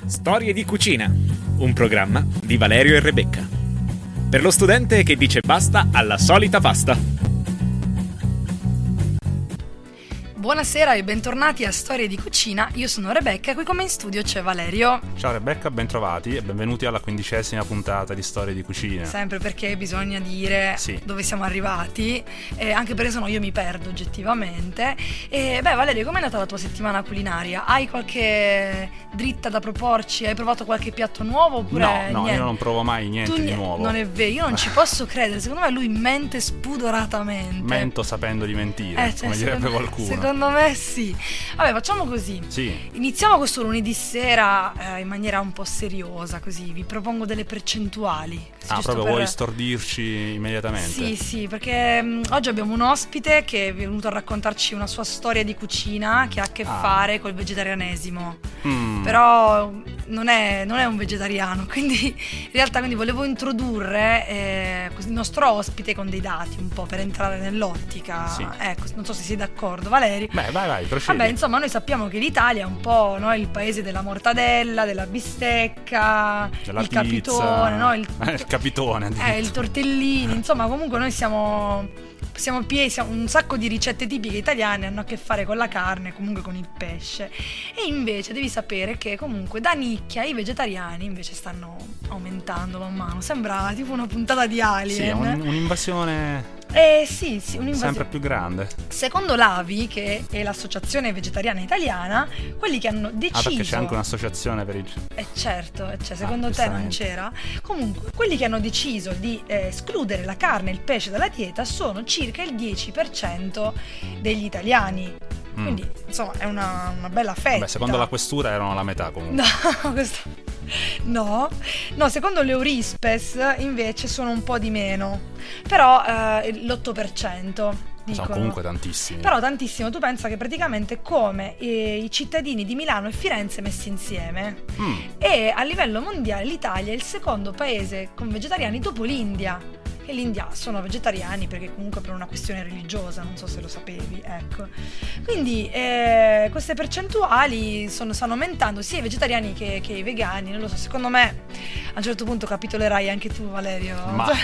Storie di cucina, un programma di Valerio e Rebecca. Per lo studente che dice basta alla solita pasta. Buonasera e bentornati a Storie di Cucina, io sono Rebecca e qui con me in studio c'è Valerio. Ciao Rebecca, bentrovati e benvenuti alla 15ª puntata di Storie di Cucina. Sempre perché bisogna dire dove siamo arrivati, anche perché sennò io mi perdo oggettivamente. Valerio, com'è andata la tua settimana culinaria? Hai qualche dritta da proporci? Hai provato qualche piatto nuovo oppure No, niente? io non provo mai niente di nuovo. Non è vero, io non ci posso credere, secondo me lui mente spudoratamente. Mento sapendo di mentire, come direbbe qualcuno. Secondo me sì. Vabbè, facciamo così. Sì. Iniziamo questo lunedì sera in maniera un po' seriosa, così vi propongo delle percentuali. Proprio vuoi stordirci immediatamente? Sì, perché oggi abbiamo un ospite che è venuto a raccontarci una sua storia di cucina che ha a che fare col vegetarianesimo. Però non è un vegetariano, quindi in realtà volevo introdurre il nostro ospite con dei dati un po' per entrare nell'ottica. Sì. Ecco, non so se sei d'accordo, Valerio. Vai, procedi. Vabbè, insomma, noi sappiamo che l'Italia è un po', no, il paese della mortadella, della bistecca, della il pizza, capitone, no? il capitone, il tortellini, insomma, comunque noi siamo un sacco di ricette tipiche italiane hanno a che fare con la carne, comunque con il pesce. E invece devi sapere che comunque da nicchia i vegetariani invece stanno aumentando man mano. Sembra tipo una puntata di Alien. Sì, un'invasione. Sì, un'invasione sempre più grande. Secondo l'AVI, che è l'associazione vegetariana italiana, quelli che hanno deciso. Perché c'è anche un'associazione per il. Certo, secondo te non c'era? Comunque, quelli che hanno deciso di escludere la carne e il pesce dalla dieta sono circa il 10% degli italiani. Quindi, insomma, è una bella fetta. Beh, secondo la questura erano la metà comunque. No, secondo l'Eurispes invece sono un po' di meno. Però l'8%. Sono comunque tantissimi. Però tantissimo, tu pensa che praticamente come i cittadini di Milano e Firenze messi insieme. E a livello mondiale l'Italia è il secondo paese con vegetariani dopo l'India. E l'India sono vegetariani perché comunque per una questione religiosa, non so se lo sapevi, ecco. Quindi queste percentuali stanno aumentando sia i vegetariani che i vegani, non lo so, secondo me a un certo punto capitolerai anche tu, Valerio.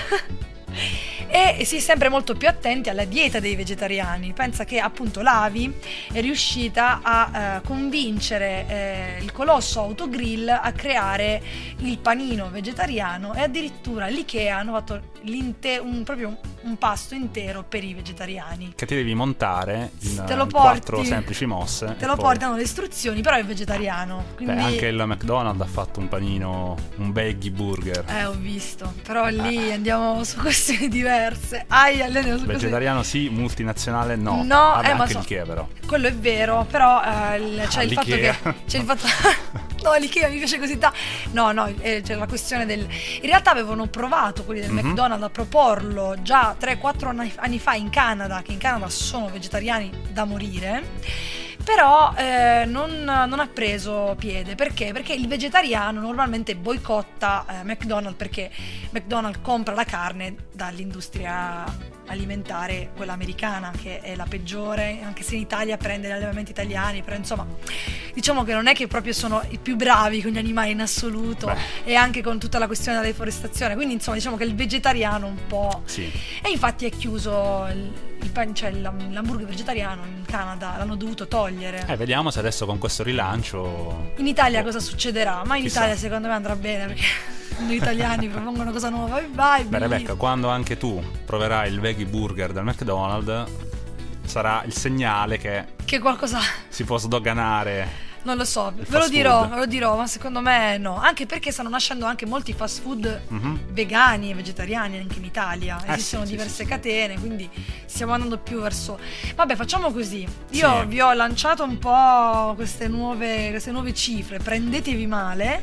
E si è sempre molto più attenti alla dieta dei vegetariani. Pensa che appunto l'AVI è riuscita a convincere il colosso Autogrill a creare il panino vegetariano e addirittura l'IKEA hanno fatto proprio un pasto intero per i vegetariani che ti devi montare in te lo 4 semplici mosse. Te lo portano le istruzioni, però è vegetariano. Quindi. Anche il McDonald's ha fatto un panino, un veggie burger. Ho visto, però lì andiamo su questioni diverse. Vegetariano sì, multinazionale no. Vabbè, anche l'IKEA però. Quello è vero, però c'è il fatto che c'è il fatto no, l'IKEA mi piace così c'è la questione del. In realtà avevano provato quelli del McDonald's a proporlo già 3-4 anni fa in Canada, che in Canada sono vegetariani da morire. Però non ha preso piede. Perché? Perché il vegetariano normalmente boicotta McDonald's, perché McDonald's compra la carne dall'industria alimentare, quella americana, che è la peggiore, anche se in Italia prende gli allevamenti italiani, però insomma diciamo che non è che proprio sono i più bravi con gli animali in assoluto. E anche con tutta la questione della deforestazione, quindi insomma diciamo che il vegetariano un po'. Sì. E infatti è chiuso l'hamburger vegetariano in Canada, l'hanno dovuto togliere. Vediamo se adesso con questo rilancio in Italia cosa succederà, ma in chissà. Italia secondo me andrà bene, perché noi italiani propongono cosa nuova. Vai. Beh, Rebecca, quando anche tu proverai il veggie burger del McDonald's sarà il segnale che qualcosa si può sdoganare. Non lo so, ve lo dirò, ma secondo me no. Anche perché stanno nascendo anche molti fast food vegani e vegetariani anche in Italia. Esistono diverse catene, quindi stiamo andando più verso. Vabbè, facciamo così. Io vi ho lanciato un po' queste nuove cifre, prendetevi male.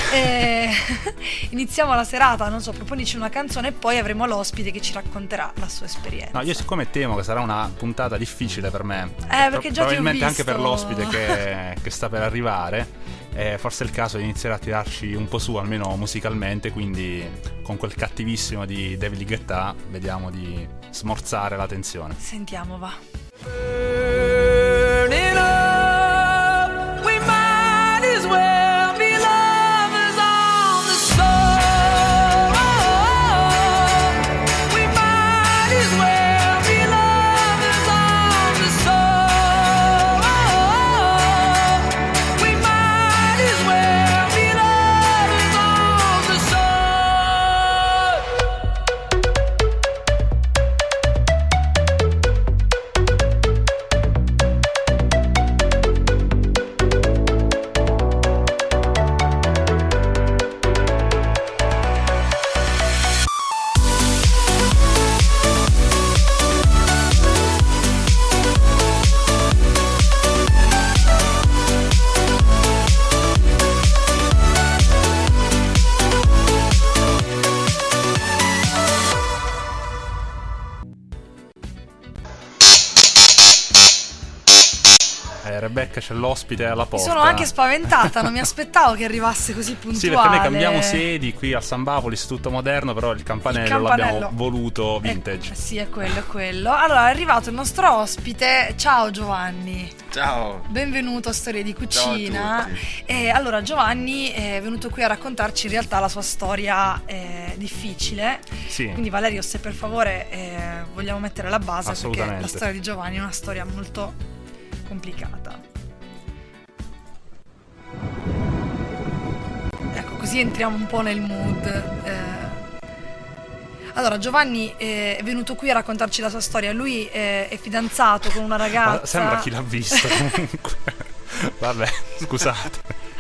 Iniziamo la serata, non so, proponici una canzone e poi avremo l'ospite che ci racconterà la sua esperienza. No, io siccome temo che sarà una puntata difficile per me, perché già probabilmente anche per l'ospite che sta per arrivare, forse è il caso di iniziare a tirarci un po' su, almeno musicalmente, quindi con quel cattivissimo di David Guetta vediamo di smorzare la tensione. Sentiamo, va. Burning up, we might as well be loved. Rebecca, c'è l'ospite alla porta. Mi sono anche spaventata, non mi aspettavo che arrivasse così puntuale. Sì, perché noi cambiamo sedi qui a Sambapolis, tutto moderno, però il campanello l'abbiamo voluto vintage. Sì, è quello. Allora, è arrivato il nostro ospite. Ciao Giovanni. Ciao. Benvenuto a Storie di Cucina. Ciao a tutti. Allora, Giovanni è venuto qui a raccontarci in realtà la sua storia difficile. Sì. Quindi Valerio, se per favore vogliamo mettere la base, perché la storia di Giovanni è una storia molto complicata. Ecco, così entriamo un po' nel mood. Allora, Giovanni è venuto qui a raccontarci la sua storia. Lui è fidanzato con una ragazza. Ma sembra chi l'ha visto comunque. Vabbè, scusate.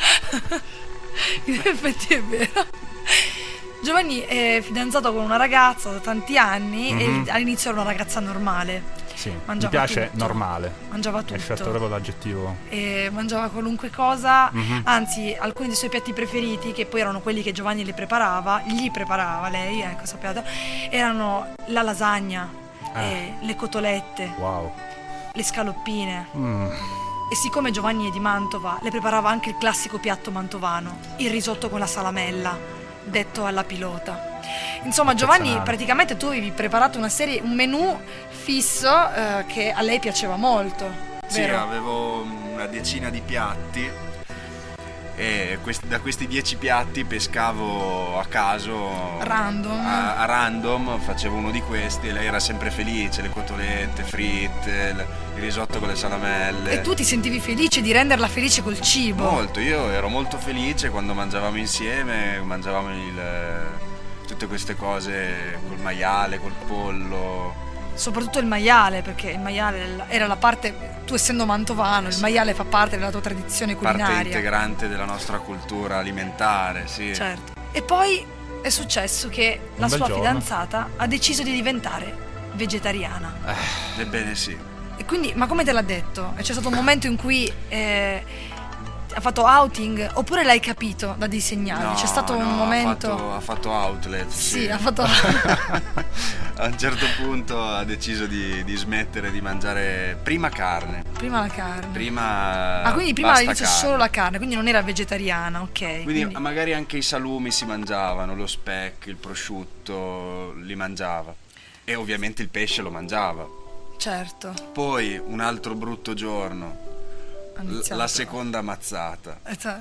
In effetti è vero. Giovanni è fidanzato con una ragazza da tanti anni e all'inizio era una ragazza normale. Sì, mangiava mi piace tutto. Mangiava tutto. Hai scelto proprio l'aggettivo. E mangiava qualunque cosa, anzi alcuni dei suoi piatti preferiti, che poi erano quelli che Giovanni gli preparava lei, ecco, sappiate, erano la lasagna, le cotolette, wow, le scaloppine. E siccome Giovanni è di Mantova, le preparava anche il classico piatto mantovano, il risotto con la salamella, detto alla pilota. Insomma, Giovanni, praticamente tu avevi preparato un menù fisso che a lei piaceva molto, vero? Sì, avevo una decina di piatti e da questi 10 piatti pescavo a caso, a random, facevo uno di questi e lei era sempre felice, le cotolette fritte, il risotto con le salamelle. E tu ti sentivi felice di renderla felice col cibo? Molto, io ero molto felice quando mangiavamo insieme, tutte queste cose col maiale, col pollo. Soprattutto il maiale, perché il maiale era la parte, tu essendo mantovano, il maiale fa parte della tua tradizione culinaria. Parte integrante della nostra cultura alimentare, sì. Certo. E poi è successo che la sua fidanzata ha deciso di diventare vegetariana. Ebbene sì. E quindi, ma come te l'ha detto? C'è stato un momento in cui ha fatto outing, oppure l'hai capito da dei segnali? No, c'è stato un momento. Ha fatto outlet. Sì, ha fatto. A un certo punto ha deciso di smettere di mangiare prima carne. Prima la carne. Quindi prima all'inizio solo la carne, quindi non era vegetariana, ok. Quindi magari anche i salumi si mangiavano, lo speck, il prosciutto li mangiava. E ovviamente il pesce lo mangiava. Certo. Poi un altro brutto giorno. La seconda mazzata.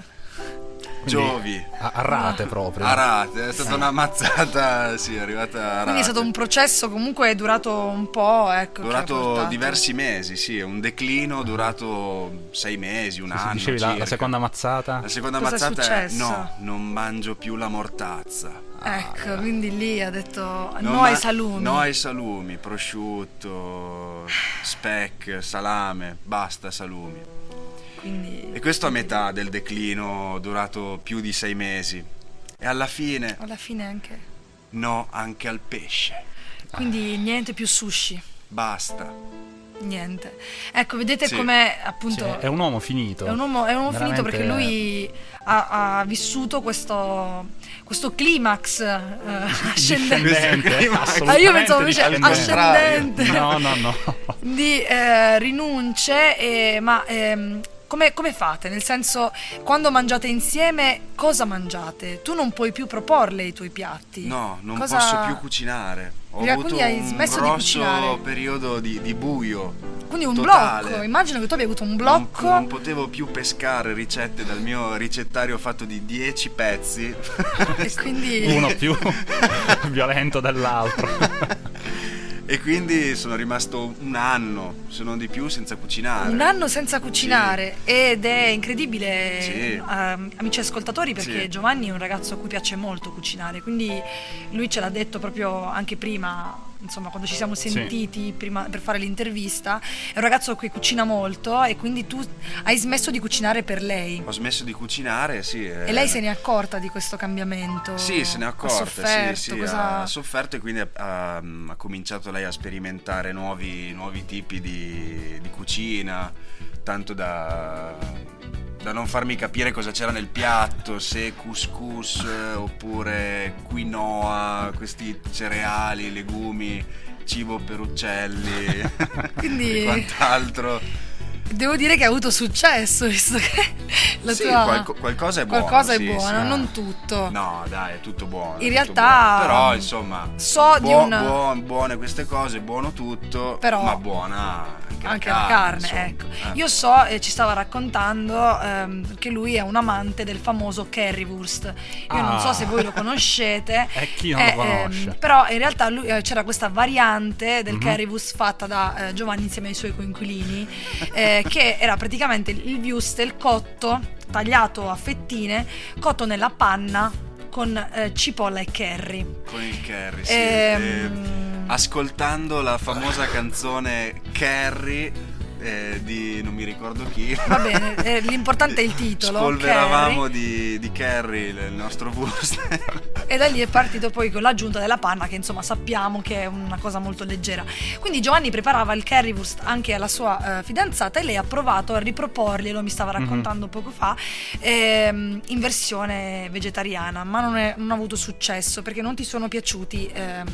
Giovi a rate proprio. A rate, è stata una mazzata, sì, è arrivata a rate. Quindi è stato un processo comunque durato un po', ecco. Durato diversi mesi, sì, un declino durato 6 mesi, un anno. Dicevi la seconda mazzata? La seconda Cosa mazzata è no, non mangio più la mortazza. Ecco, quindi lì ha detto no ai salumi. No ai salumi, prosciutto, speck, salame, basta salumi. Quindi, e questo a metà del declino durato più di 6 mesi. E alla fine anche no, anche al pesce. Quindi niente più sushi. Basta. Niente. Ecco, vedete com'è appunto. Sì, è un uomo finito. È un uomo finito, perché lui ha vissuto questo climax ascendente. Io pensavo invece ascendente. No. Di rinunce, ma come fate? Nel senso, quando mangiate insieme, cosa mangiate? Tu non puoi più proporle i tuoi piatti. No, non posso più cucinare. Ho avuto hai smesso un grosso di cucinare. Periodo di buio. Quindi un totale. Blocco. Immagino che tu abbia avuto un blocco. Non potevo più pescare ricette dal mio ricettario fatto di 10 pezzi. E quindi uno più violento dell'altro. E quindi sono rimasto un anno, se non di più, senza cucinare. Un anno senza cucinare, sì. Ed è incredibile, sì. Amici ascoltatori, perché sì. Giovanni è un ragazzo a cui piace molto cucinare, quindi lui ce l'ha detto proprio anche prima, insomma, quando ci siamo sentiti, sì. Prima per fare l'intervista. È un ragazzo che cucina molto, e quindi tu hai smesso di cucinare per lei. Ho smesso di cucinare, sì. E lei se ne è accorta di questo cambiamento? Sì, se ne è accorta. Ha sofferto, sì, ha sofferto, e quindi ha cominciato lei a sperimentare nuovi tipi di cucina, tanto da non farmi capire cosa c'era nel piatto, se couscous oppure quinoa, questi cereali, legumi, cibo per uccelli quindi e quant'altro. Devo dire che ha avuto successo, visto che la Sì, tua... qualcosa è buono. Qualcosa sì, è buono, sì. non tutto. No, dai, è tutto buono. In è realtà, tutto buono. Però, insomma, so di una... buone queste cose, buono tutto, però ma buona anche la carne, insomma. ecco. Io so, ci stava raccontando che lui è un amante del famoso currywurst. Io non so se voi lo conoscete. Chi non lo conosce? Però in realtà c'era questa variante del currywurst fatta da Giovanni insieme ai suoi coinquilini, che era praticamente il wurstel cotto, tagliato a fettine, cotto nella panna con cipolla e curry. Con il curry, sì. Ascoltando la famosa canzone Curry di non mi ricordo chi. Va bene, l'importante è il titolo. Spolveravamo curry. di curry il nostro wurst. E da lì è partito poi con l'aggiunta della panna, che insomma sappiamo che è una cosa molto leggera. Quindi Giovanni preparava il currywurst anche alla sua fidanzata, e lei ha provato a riproporglielo, mi stava raccontando poco fa, in versione vegetariana, ma non ha avuto successo perché non ti sono piaciuti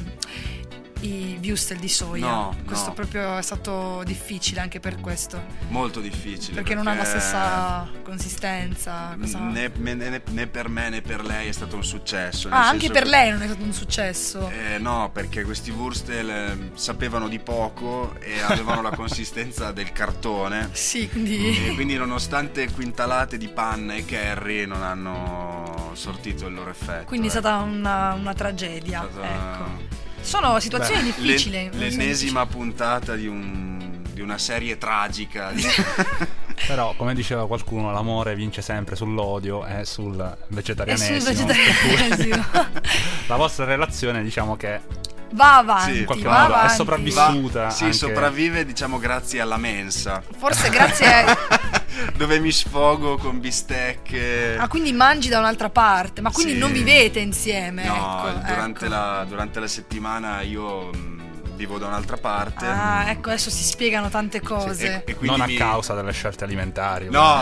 i wurstel di soia. No, questo no. proprio è stato difficile anche per questo, Molto difficile perché non ha la stessa consistenza. Né per me né per lei è stato un successo. Anche per lei non è stato un successo. No, perché questi wurstel sapevano di poco e avevano la consistenza del cartone. Sì, quindi... E quindi nonostante quintalate di panna e curry non hanno sortito il loro effetto. Quindi è stata una tragedia. Ecco. Sono situazioni difficili. L'ennesima puntata di una serie tragica. Però, come diceva qualcuno, l'amore vince sempre sull'odio e sul vegetarianesimo. E sul vegetarianesimo. La vostra relazione, diciamo che va avanti, in qualche va modo avanti. è sopravvissuta. Sì, anche... sopravvive, diciamo, grazie alla mensa. Forse grazie a... dove mi sfogo con bistecche. Quindi mangi da un'altra parte, ma quindi Sì. non vivete insieme? No, ecco. durante la settimana io vivo da un'altra parte. Ecco, adesso si spiegano tante cose. E quindi non a causa delle scelte alimentari. No.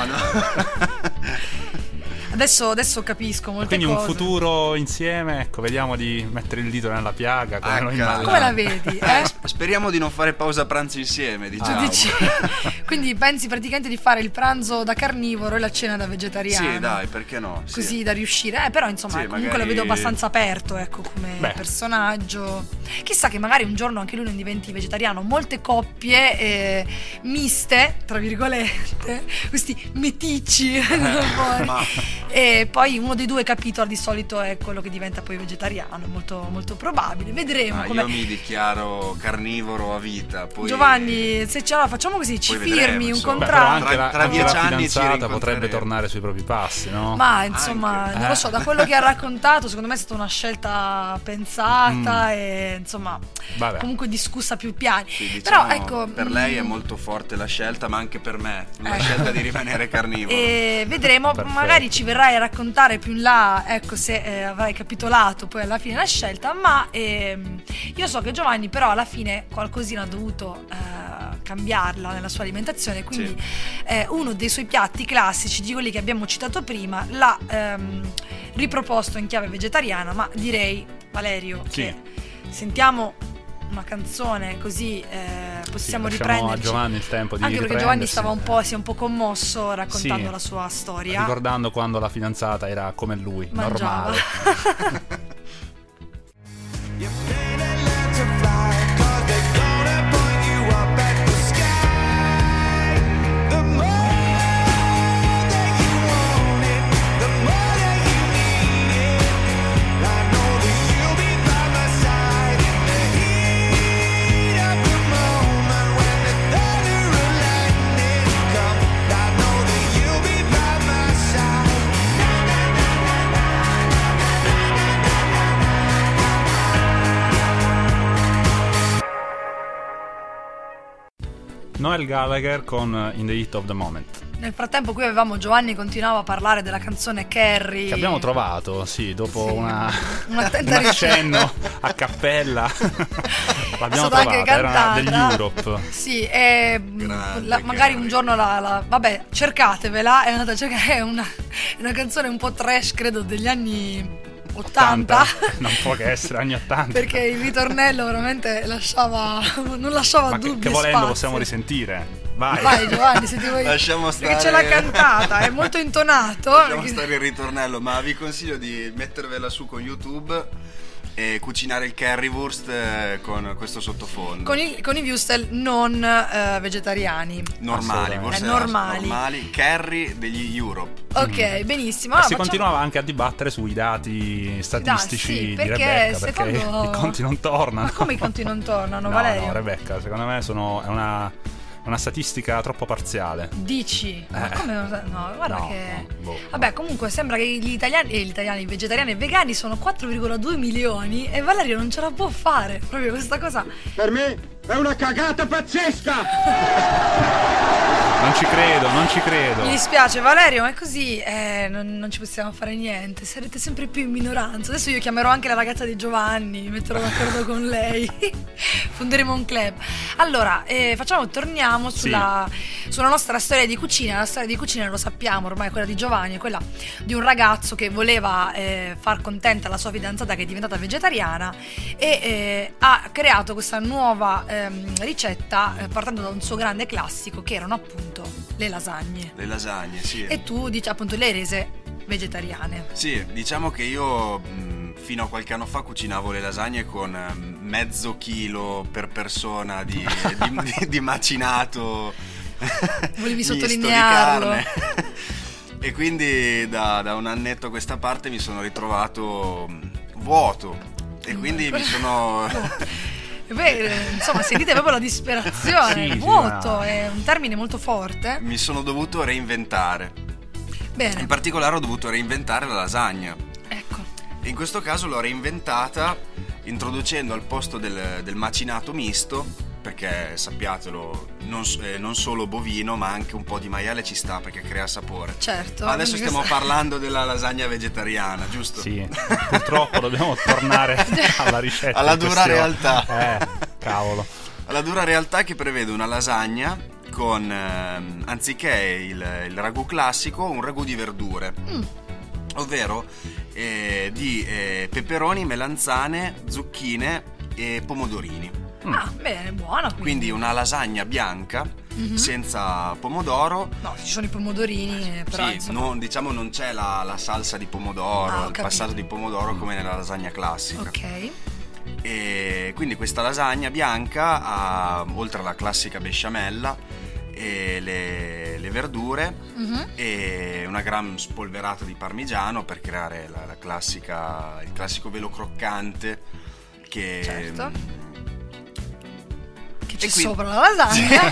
Adesso capisco molte Quindi cose. un futuro insieme, ecco, vediamo di mettere il dito nella piaga, come lo immagino. Come la vedi? Speriamo di non fare pausa pranzo insieme, diciamo. Dici? Quindi pensi praticamente di fare il pranzo da carnivoro e la cena da vegetariano? Sì, dai, perché no? Sì. Così da riuscire. Però insomma, Sì, comunque magari... lo vedo abbastanza aperto, ecco, come personaggio. Chissà che magari un giorno anche lui non diventi vegetariano. Molte coppie miste, tra virgolette, questi meticci e poi uno dei due capitoli di solito è quello che diventa poi vegetariano, molto, molto probabile. Vedremo. Io mi dichiaro carnivoro a vita. Poi... Giovanni, se ce la facciamo così, ci poi firmi vedremo, un insomma. contratto. Però tra 10 la anni ci fidanzata potrebbe tornare sui propri passi, no? Ma insomma, Anche. non lo so, da quello che ha raccontato, secondo me è stata una scelta pensata e insomma, comunque discussa più piani. Sì, diciamo, però ecco, per lei è molto forte la scelta, ma anche per me la scelta di rimanere carnivoro. E vedremo, magari ci verrai a raccontare più in là, ecco, se avrai capitolato poi alla fine la scelta, ma io so che Giovanni però alla fine qualcosina ha dovuto cambiarla nella sua alimentazione, quindi uno dei suoi piatti classici, di quelli che abbiamo citato prima, l'ha riproposto in chiave vegetariana, ma direi, Valerio, che sentiamo una canzone così possiamo riprenderci. A Giovanni il tempo di anche perché Giovanni stava si è un po' commosso raccontando la sua storia, ricordando quando la fidanzata era come lui, mangiava. Normale. Noel Gallagher con In the Heat of the Moment. Nel frattempo qui avevamo Giovanni continuava a parlare della canzone Carrie che abbiamo trovato, dopo un accenno a cappella l'abbiamo trovata, anche cantata. Era degli Europe. Sì, magari un giorno vabbè, cercatevela, è andata a cercare, è una canzone un po' trash, credo degli anni 80. Non può che essere anni 80, perché il ritornello veramente non lasciava ma dubbi che e volendo spazi. possiamo risentire. Vai Giovanni, se ti vuoi. Lasciamo stare. Perché ce l'ha cantata, è molto intonato. Lasciamo stare il ritornello, ma vi consiglio di mettervela su con YouTube e cucinare il currywurst con questo sottofondo. Con i würstel non vegetariani. Normali, normali, curry degli Europe. Ok, benissimo. Si continuava anche a dibattere sui dati statistici di Rebecca, perché i conti non tornano. Ma come i conti non tornano, no, Valerio? No, Rebecca, secondo me è una statistica troppo parziale. Dici? Ma come? No, guarda che. No. Vabbè, comunque sembra che gli italiani vegetariani e vegani sono 4,2 milioni e Valerio non ce la può fare. Proprio questa cosa. Per me è una cagata pazzesca! Non ci credo. Mi dispiace Valerio, ma è così, non ci possiamo fare niente, sarete sempre più in minoranza. Adesso io chiamerò anche la ragazza di Giovanni, mi metterò d'accordo con lei, fonderemo un club. Allora, torniamo sulla nostra storia di cucina. La storia di cucina lo sappiamo ormai, quella di Giovanni è quella di un ragazzo che voleva far contenta la sua fidanzata che è diventata vegetariana e ha creato questa nuova ricetta partendo da un suo grande classico che erano appunto le lasagne. Le lasagne, sì. E tu dici appunto le hai rese vegetariane. Sì, diciamo che io fino a qualche anno fa cucinavo le lasagne con mezzo chilo per persona di macinato. Volevi sottolinearlo. Di carne. E quindi da un annetto a questa parte mi sono ritrovato vuoto e quindi mi sono... insomma, sentite proprio la disperazione. Sì, vuoto è un termine molto forte. Mi sono dovuto reinventare. Bene. In particolare ho dovuto reinventare la lasagna. Ecco. E in questo caso l'ho reinventata introducendo al posto del macinato misto, perché sappiatelo, non solo bovino ma anche un po' di maiale ci sta perché crea sapore. Certo. Adesso stiamo parlando della lasagna vegetariana, giusto? Sì, purtroppo dobbiamo tornare alla ricetta. Alla dura realtà. Cavolo. Alla dura realtà che prevede una lasagna con, anziché il ragù classico, un ragù di verdure. Ovvero di peperoni, melanzane, zucchine e pomodorini. Ah, bene, buona. Quindi una lasagna bianca senza pomodoro. No, ci sono i pomodorini, però sì, insomma... non c'è la salsa di pomodoro, il passato di pomodoro come nella lasagna classica. Ok. E quindi questa lasagna bianca ha, oltre alla classica besciamella, e le verdure e una gran spolverata di parmigiano per creare il classico velo croccante che... Certo. C'è sopra la lasagna.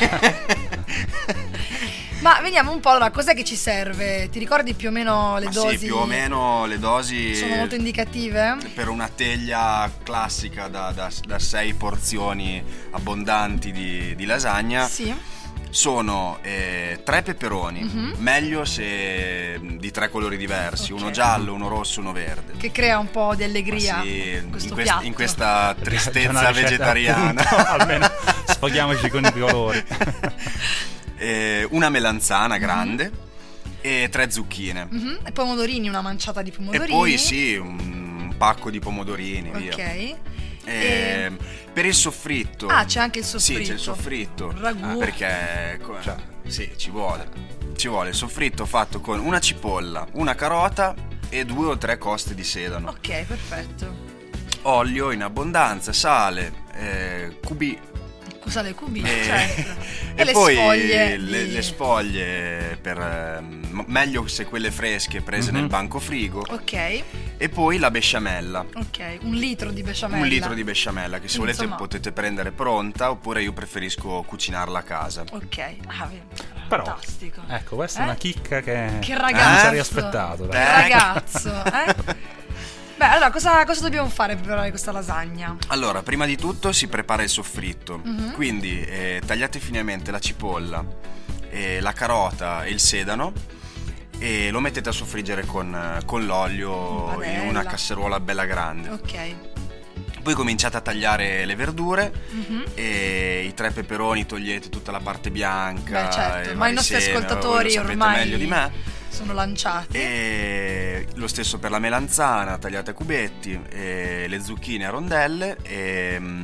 Ma veniamo un po', allora, cos'è che ci serve? Ti ricordi più o meno le dosi? Sì, più o meno le dosi sono molto indicative. Per una teglia classica da 6 porzioni abbondanti di lasagna. Sì. Sono 3 peperoni, meglio se di 3 colori diversi, Okay. uno giallo, uno rosso, uno verde. Che crea un po' di allegria in questa tristezza vegetariana. Appunto, almeno sfoghiamoci con i colori. Una melanzana grande e 3 zucchine. E pomodorini, una manciata di pomodorini. E poi sì, un pacco di pomodorini, via. Ok. Per il soffritto. Ah, c'è anche il soffritto. Sì, c'è il soffritto. Il ragù. Perché sì, ci vuole il soffritto fatto con una cipolla, una carota e 2 o 3 coste di sedano. Ok, perfetto. Olio in abbondanza, sale, cubì. Sale cubi, certo. E le poi sfoglie le sfoglie meglio se quelle fresche prese nel banco frigo. Ok. E poi la besciamella. Ok, 1 litro di besciamella. 1 litro di besciamella che se volete Insomma... potete prendere pronta oppure io preferisco cucinarla a casa. Ok, però, fantastico. Ecco, questa è una chicca che ragazzo. non sarei aspettato. Che ragazzo, Beh, allora cosa dobbiamo fare per preparare questa lasagna? Allora, prima di tutto si prepara il soffritto. Quindi tagliate finemente la cipolla, la carota e il sedano e lo mettete a soffriggere con l'olio in una casseruola bella grande. Ok. Poi cominciate a tagliare le verdure e i 3 peperoni togliete tutta la parte bianca. Beh, certo, ma i nostri ascoltatori lo sapete ormai meglio di me. Sono lanciati. E lo stesso per la melanzana, tagliate a cubetti, e le zucchine a rondelle e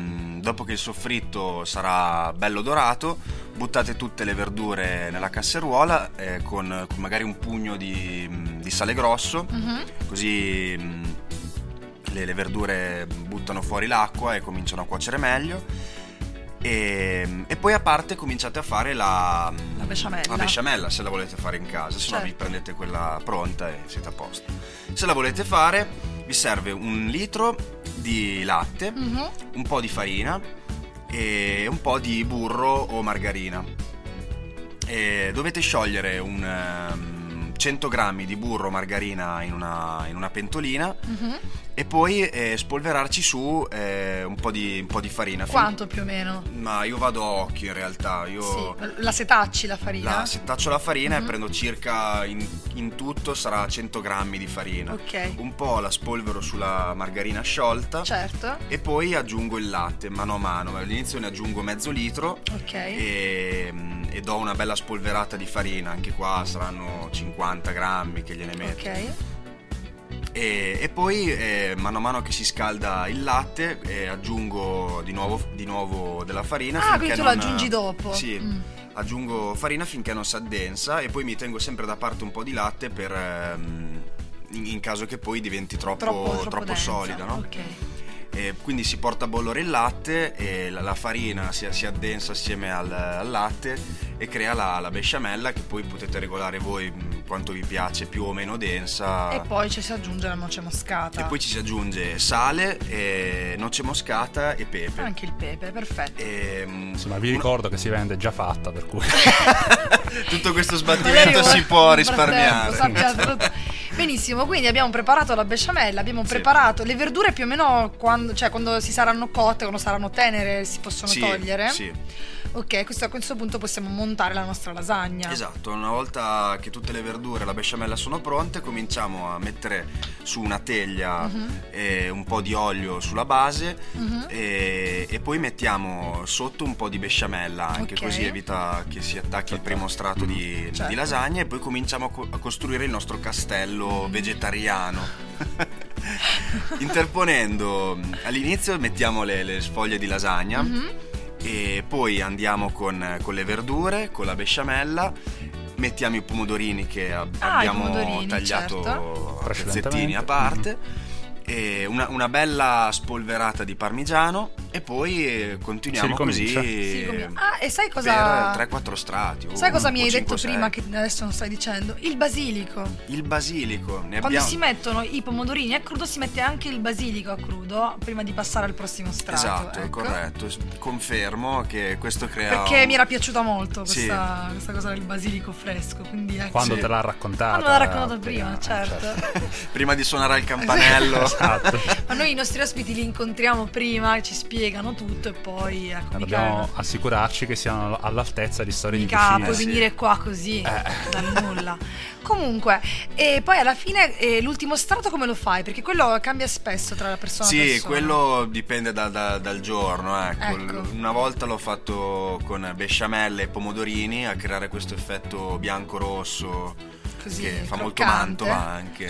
dopo che il soffritto sarà bello dorato, buttate tutte le verdure nella casseruola con magari un pugno di sale grosso, così le verdure buttano fuori l'acqua e cominciano a cuocere meglio. E poi a parte cominciate a fare la besciamella, se la volete fare in casa, se no vi prendete quella pronta e siete a posto. Se la volete fare vi serve 1 litro di latte, un po' di farina e un po' di burro o margarina. E dovete sciogliere 100 grammi di burro o margarina in una pentolina e poi spolverarci su un po' di farina. Quanto più o meno? Ma io vado a occhio in realtà. La setacci la farina? Setaccio la farina e prendo circa in tutto sarà 100 grammi di farina. Ok. Un po' la spolvero sulla margarina sciolta. Certo. E poi aggiungo il latte mano a mano. All'inizio ne aggiungo mezzo litro. Ok. E do una bella spolverata di farina. Anche qua saranno 50 grammi che gliene metto. Ok. E poi mano a mano che si scalda il latte aggiungo di nuovo della farina. Quindi tu lo aggiungi dopo? Sì, aggiungo farina finché non si addensa e poi mi tengo sempre da parte un po' di latte per in caso che poi diventi troppo solida, no? Ok. Quindi si porta a bollore il latte e la farina si addensa assieme al latte e crea la besciamella che poi potete regolare voi quanto vi piace, più o meno densa. E poi ci si aggiunge la noce moscata. E poi ci si aggiunge sale, noce moscata e pepe. Anche il pepe, perfetto. Insomma, vi ricordo che si vende già fatta, per cui tutto questo sbattimento si può risparmiare. Benissimo, quindi abbiamo preparato la besciamella, abbiamo preparato le verdure più o meno quando si saranno cotte, quando saranno tenere, si possono togliere. Sì. Ok, a questo punto possiamo montare la nostra lasagna. Esatto, una volta che tutte le verdure e la besciamella sono pronte, cominciamo a mettere su una teglia un po' di olio sulla base e poi mettiamo sotto un po' di besciamella, anche così evita che si attacchi il primo strato di lasagna, e poi cominciamo a costruire il nostro castello vegetariano. Interponendo, all'inizio mettiamo le sfoglie di lasagna. E poi andiamo con le verdure, con la besciamella, mettiamo i pomodorini che abbiamo tagliato a pezzettini a parte, e una bella spolverata di parmigiano, e poi continuiamo così e sai cosa? Per 3-4 strati. Sai cosa mi hai detto prima che adesso non stai dicendo? Il basilico. Quando si mettono i pomodorini a crudo si mette anche il basilico a crudo prima di passare al prossimo strato. Esatto, ecco. Corretto. Confermo che questo crea perché mi era piaciuta molto questa cosa del basilico fresco, quindi quando te l'ha raccontata. Quando l'ha raccontata prima, certo. Prima di suonare al campanello. Esatto. Ma noi i nostri ospiti li incontriamo prima, ci spiegano tutto e poi dobbiamo assicurarci che siano all'altezza di storie di cucina. Puoi venire qua così dal nulla. Comunque, e poi alla fine l'ultimo strato come lo fai? Perché quello cambia spesso tra la persona e la persona. Quello dipende dal giorno, ecco. Una volta l'ho fatto con besciamelle e pomodorini a creare questo effetto bianco-rosso così, che fa molto mantova anche.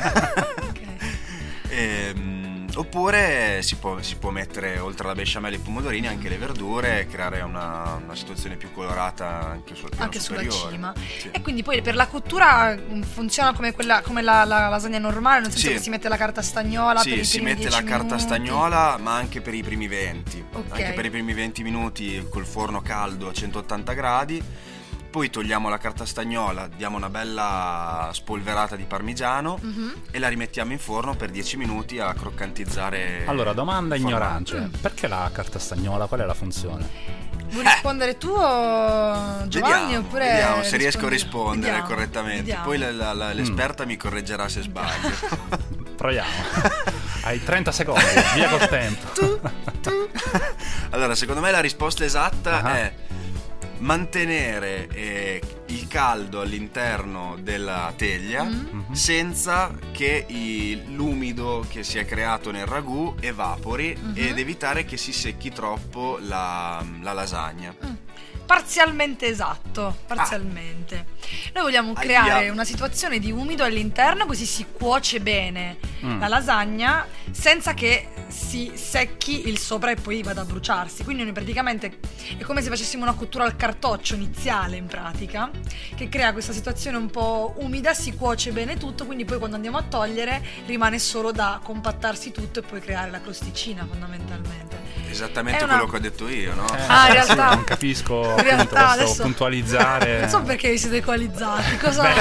Oppure si può mettere oltre alla besciamella e i pomodorini anche le verdure e creare una situazione più colorata anche sul piano superiore. Sulla cima. Sì. E quindi poi per la cottura funziona come la lasagna normale, nel senso che si mette la carta stagnola per i primi 10 minuti. Sì, si mette la carta stagnola, ma anche per i primi 20. Anche per i primi 20 minuti col forno caldo a 180 gradi. Poi togliamo la carta stagnola, diamo una bella spolverata di parmigiano e la rimettiamo in forno per 10 minuti a croccantizzare. Allora, domanda ignorante: perché la carta stagnola? Qual è la funzione? Vuoi rispondere tu, Giovanni? Vediamo se riesco a rispondere correttamente. Poi l'esperta mi correggerà se sbaglio. Proviamo. Hai 30 secondi, via col tempo. Allora, secondo me la risposta esatta è mantenere il caldo all'interno della teglia senza che l'umido che si è creato nel ragù evapori ed evitare che si secchi troppo la lasagna. parzialmente esatto, parzialmente. Noi vogliamo creare una situazione di umido all'interno, così si cuoce bene la lasagna senza che si secchi il sopra e poi vada a bruciarsi. Quindi noi praticamente è come se facessimo una cottura al cartoccio iniziale, in pratica, che crea questa situazione un po' umida, si cuoce bene tutto, quindi poi quando andiamo a togliere rimane solo da compattarsi tutto e poi creare la crosticina, fondamentalmente. Esattamente quello che ho detto io, no? In realtà sì, non capisco, in realtà appunto, adesso puntualizzare. non so perché vi siete equalizzati.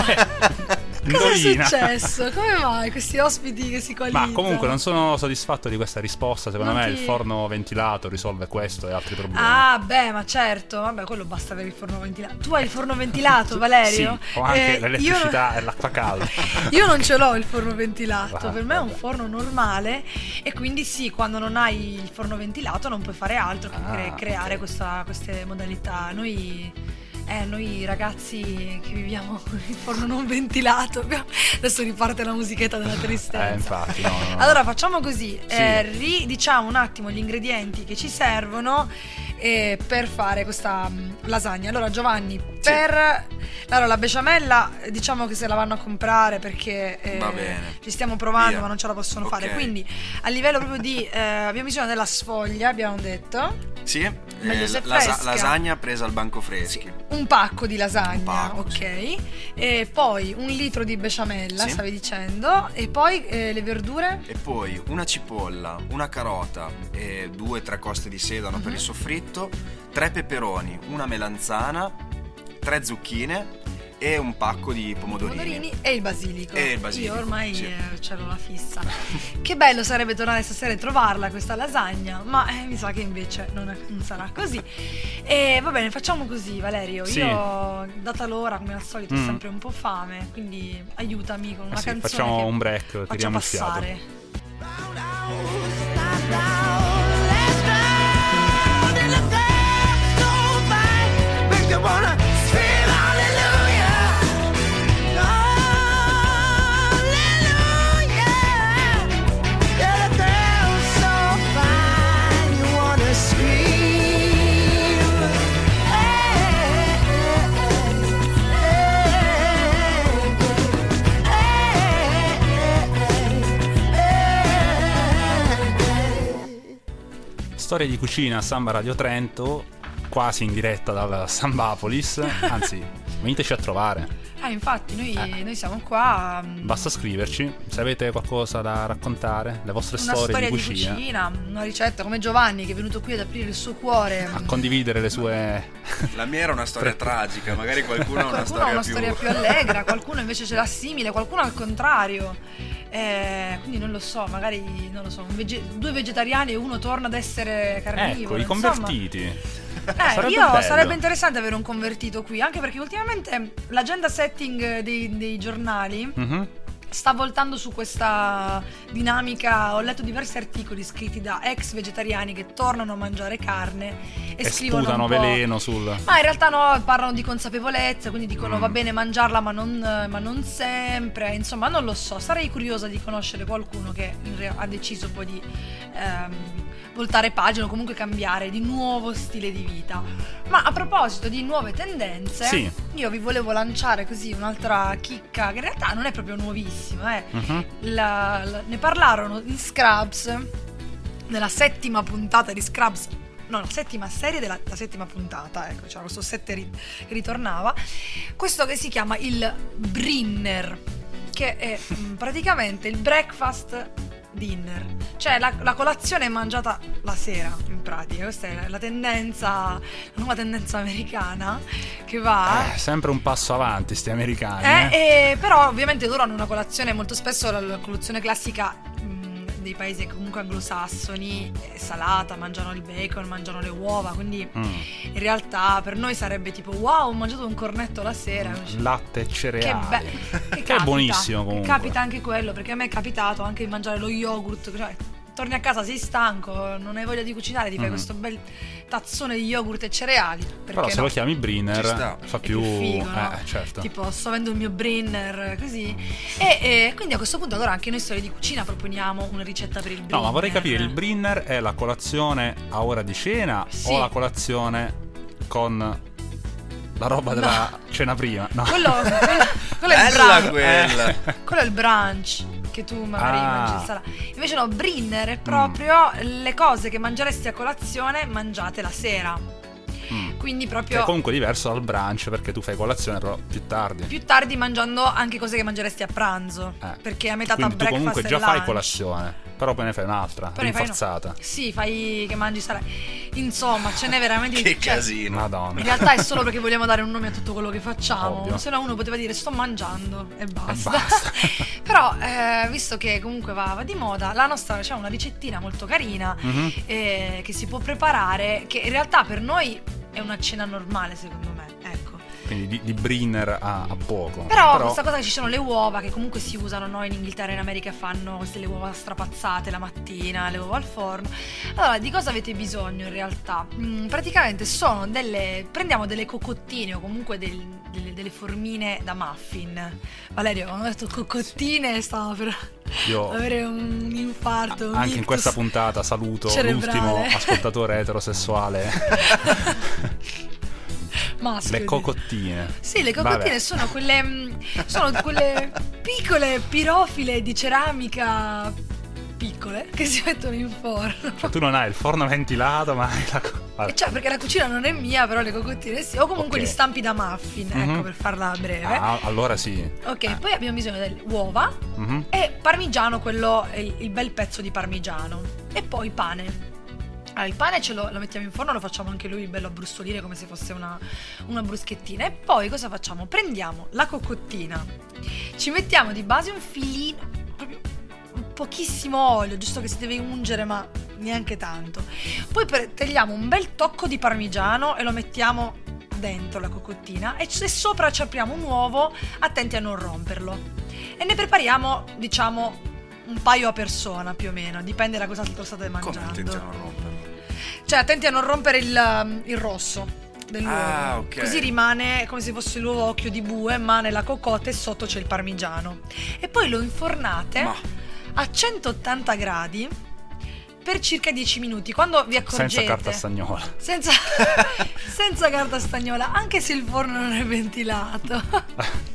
Cosa è successo? Come mai questi ospiti che si equalizzano? Ma comunque non sono soddisfatto di questa risposta. Secondo me il ti- forno ventilato risolve questo e altri problemi. Ma certo, vabbè, quello basta per il forno ventilato. Tu hai il forno ventilato, Valerio? Sì, ho anche l'elettricità e l'acqua calda. Io non ce l'ho il forno ventilato, per me è un vabbè. forno normale e quindi sì, quando non hai il forno ventilato non puoi fare altro che creare queste modalità. Noi ragazzi che viviamo con il forno non ventilato, adesso riparte la musichetta della tristezza. Infatti, no. Allora facciamo così, Sì. ridiciamo un attimo gli ingredienti che ci servono per fare questa lasagna. Allora Giovanni, allora la besciamella diciamo che se la vanno a comprare perché Va bene. ci stiamo provando Via. ma non ce la possono fare, Ok. quindi a livello proprio di abbiamo bisogno della sfoglia, abbiamo detto. Sì, Meglio se fresca. lasagna presa al banco freschi. Un pacco di lasagna, Un pacco, ok. sì. E poi 1 litro di besciamella, Sì. stavi dicendo. E poi le verdure? E poi una cipolla, una carota e 2-3 coste di sedano per il soffritto, 3 peperoni, una melanzana, 3 zucchine e un pacco di pomodorini. E il basilico. E il basilico, Io ormai sì. c'ero la fissa. Che bello sarebbe tornare stasera e trovarla questa lasagna, ma mi sa che invece non sarà così. E va bene, facciamo così, Valerio. Sì. Io, data l'ora, come al solito, ho sempre un po' fame, quindi aiutami con una Sì, canzone. facciamo che un break, faccia tiriamo il fiato. passare. Storie di cucina a Samba Radio Trento, quasi in diretta dal Sambapolis. Anzi, veniteci a trovare. Infatti, noi siamo qua. Basta scriverci se avete qualcosa da raccontare, le vostre Una storie storia di di cucina, cucina, una ricetta come Giovanni che è venuto qui ad aprire il suo cuore. a condividere le sue. La mia era una storia tragica, magari qualcuno ha una Qualcuno storia ha una storia più allegra, qualcuno invece ce l'ha simile, qualcuno al contrario. Quindi non lo so, magari non lo so, due vegetariani e uno torna ad essere carnivoro. Ecco, i convertiti. Sarebbe interessante avere un convertito qui, anche perché ultimamente l'agenda setting dei giornali Mhm. sta voltando su questa dinamica. Ho letto diversi articoli scritti da ex vegetariani che tornano a mangiare carne e scrivono sputano un po'. veleno sul. Ma in realtà no, parlano di consapevolezza, quindi dicono va bene mangiarla ma non sempre, insomma non lo so, sarei curiosa di conoscere qualcuno che ha deciso poi di voltare pagina o comunque cambiare di nuovo stile di vita. Ma a proposito di nuove tendenze, Sì. io vi volevo lanciare così un'altra chicca che in realtà non è proprio nuovissima, Mhm. ne parlarono in Scrubs nella 7ª puntata di Scrubs. No, la 7ª serie della la 7ª puntata, ecco, c'era questo 7 che ritornava. Questo che si chiama il Brinner, che è praticamente il breakfast dinner, cioè la colazione mangiata la sera, in pratica. Questa è la tendenza, la nuova tendenza americana che va. Sempre un passo avanti sti americani. Però ovviamente loro hanno una colazione, molto spesso la colazione classica dei paesi comunque anglosassoni è salata, mangiano il bacon, mangiano le uova, quindi in realtà per noi sarebbe tipo wow, ho mangiato un cornetto la sera. Latte e cereali. Che Che è buonissimo comunque. Capita anche quello, perché a me è capitato anche di mangiare lo yogurt, cioè torni a casa, sei stanco, non hai voglia di cucinare, ti fai questo bel tazzone di yogurt e cereali. Però se lo chiami Brinner Ci sta. fa È più figo, no? certo. Tipo sto avendo il mio Brinner così e quindi a questo punto allora anche noi storie di cucina proponiamo una ricetta per il Brinner. No, ma vorrei capire, il Brinner è la colazione a ora di cena Sì. o la colazione con La roba della cena prima. No. Quello è il Bella brunch. quella. Quello è il brunch che tu magari mangi il salato. Invece no, Brinner è proprio le cose che mangeresti a colazione mangiate la sera. Quindi proprio È comunque diverso dal brunch, perché tu fai colazione però più tardi mangiando anche cose che mangeresti a pranzo. Perché a metà tra quindi tu breakfast comunque e già lunch. fai colazione, però poi ne fai un'altra Poi ne fai rinforzata. Sì, fai che mangi insomma, ce n'è veramente Che cioè, casino. Madonna. in realtà è solo perché vogliamo dare un nome a tutto quello che facciamo. Ovvio. Se no uno poteva dire sto mangiando e basta. basta. Però visto che comunque va di moda, la nostra c'è una ricettina molto carina che si può preparare, che in realtà per noi è una cena normale, secondo me, ecco. Quindi di Brinner a poco. Però questa cosa che ci sono le uova, che comunque si usano, noi in Inghilterra e in America fanno queste le uova strapazzate la mattina, le uova al forno. Allora, di cosa avete bisogno in realtà? Praticamente sono prendiamo delle cocottine o comunque delle formine da muffin. Valerio, quando ho detto cocottine stavo per avere un infarto. Un anche in questa ictus puntata saluto cerebrale. l'ultimo ascoltatore eterosessuale. Maschio. Le cocottine. Sì, le cocottine sono quelle piccole pirofile di ceramica piccole che si mettono in forno. Cioè, tu non hai il forno ventilato, ma hai E cioè, perché la cucina non è mia, però le cocottine sì. O comunque Ok. gli stampi da muffin, ecco, per farla breve. allora sì. Ok, poi abbiamo bisogno delle uova e parmigiano, quello il bel pezzo di parmigiano. E poi pane. Allora, il pane lo mettiamo in forno, lo facciamo anche lui bello a brustolire come se fosse una bruschettina. E poi cosa facciamo? Prendiamo la cocottina, ci mettiamo di base un filino, proprio pochissimo olio, giusto che si deve ungere, ma neanche tanto. Poi tagliamo un bel tocco di parmigiano e lo mettiamo dentro la cocottina e sopra ci apriamo un uovo, attenti a non romperlo. E ne prepariamo, diciamo, un paio a persona più o meno, dipende da cosa altro state mangiando. Come attenti a non romperlo? Cioè, attenti a non rompere il rosso dell'uovo. Ah, ok. Così rimane come se fosse l'uovo occhio di bue, ma nella cocotta e sotto c'è il parmigiano. E poi lo infornate a 180 gradi per circa 10 minuti. Quando vi accorgete, Senza carta stagnola. senza carta stagnola, anche se il forno non è ventilato.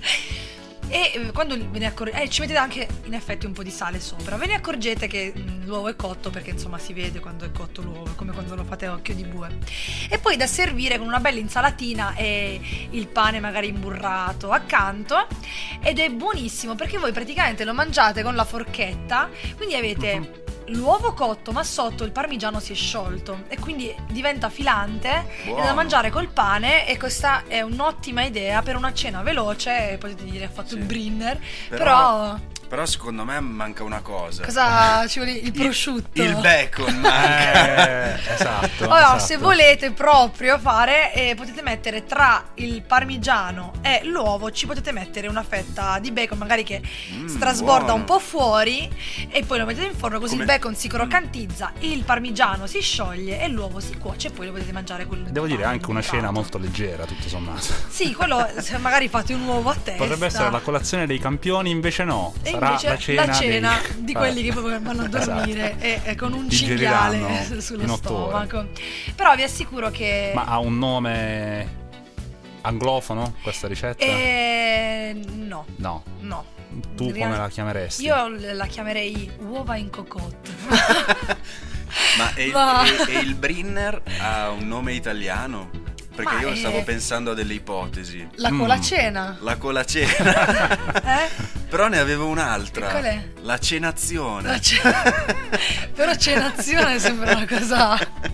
E quando ve ne accorgete, ci mettete anche in effetti un po' di sale sopra. Ve ne accorgete che l'uovo è cotto, perché insomma si vede quando è cotto l'uovo, come quando lo fate a occhio di bue. E poi da servire con una bella insalatina e il pane magari imburrato accanto. Ed è buonissimo perché voi praticamente lo mangiate con la forchetta, quindi avete l'uovo cotto, ma sotto il parmigiano si è sciolto e quindi diventa filante. Buono. È da mangiare col pane, e questa è un'ottima idea per una cena veloce. Potete dire ha fatto il Brinner, però secondo me manca una cosa. cosa ci vuole? Il prosciutto, Il bacon manca. Esatto. Allora, esatto. se volete proprio fare, potete mettere tra il parmigiano e l'uovo, ci potete mettere una fetta di bacon, magari che strasborda buono. un po' fuori, e poi lo mettete in forno, così Come- il bacon si croccantizza, il parmigiano si scioglie e l'uovo si cuoce, e poi lo potete mangiare con Devo dire pane anche una imburrato. cena molto leggera, tutto sommato. Sì, quello, se magari fate un uovo a testa. Potrebbe essere la colazione dei campioni, invece no. E Sarà invece la cena, di quelli che poi vanno a dormire e con un cinghiale Digeriranno sullo in 8 ore. stomaco. Però vi assicuro che Ma ha un nome anglofono questa ricetta? no. No. Tu In come realtà- la chiameresti? Io la chiamerei uova in cocotte. Ma e il Brinner ha un nome italiano? Perché Ma io è- stavo pensando a delle ipotesi. La colacena. La colacena. Eh? Però ne avevo un'altra. E qual è? La cenazione. Però cenazione sembra una cosa.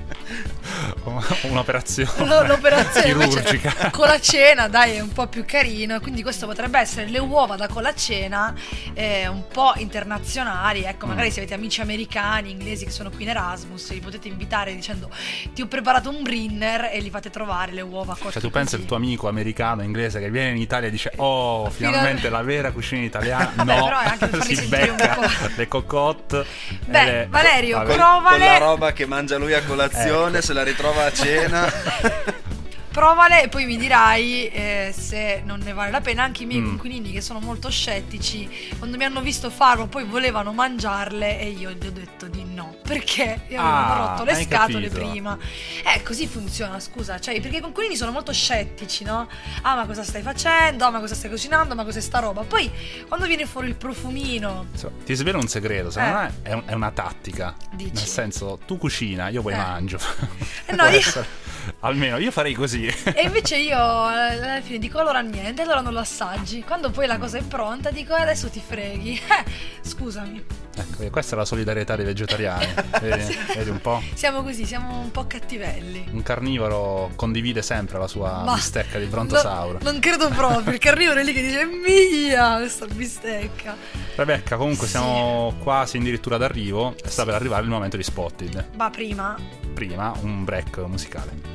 Un'operazione L'operazione chirurgica. invece con la cena, dai, è un po' più carino. Quindi questo potrebbe essere le uova da colacena, un po' internazionali. Ecco, magari se avete amici americani, inglesi che sono qui in Erasmus, li potete invitare dicendo ti ho preparato un Brinner, e li fate trovare le uova cotte. Cioè tu pensi così. il tuo amico americano, inglese, che viene in Italia e dice oh, finalmente la vera cucina italiana. Vabbè, No, però è anche per farli si sentire un becca po'. le cocotte. Beh, Valerio, Vabbè. provale. Con la roba che mangia lui a colazione, Ecco. se la ritrova a cena. provale e poi mi dirai se non ne vale la pena. Anche i miei coinquilini, che sono molto scettici, quando mi hanno visto farlo poi volevano mangiarle e io gli ho detto di no, perché io avevo rotto le scatole prima. Così funziona, scusa, cioè, perché i coinquilini sono molto scettici, no? Ah, ma cosa stai facendo? Ah, ma cosa stai cucinando? Ma cos'è sta roba? Poi quando viene fuori il profumino, ti svelo un segreto, secondo me è una tattica. Dici? Nel senso, tu cucina, io poi mangio. No, almeno io farei così. E invece io alla fine dico allora niente, allora non lo assaggi. Quando poi la cosa è pronta dico adesso ti freghi. Scusami. Ecco, questa è la solidarietà dei vegetariani. Vedi un po'? Siamo così, siamo un po' cattivelli. Un carnivoro condivide sempre la sua bistecca di brontosauro. Non credo proprio, il carnivoro è lì che dice mia questa bistecca. Rebecca, comunque siamo quasi addirittura d'arrivo. Sta per arrivare il momento di Spotted. Ma prima un break musicale.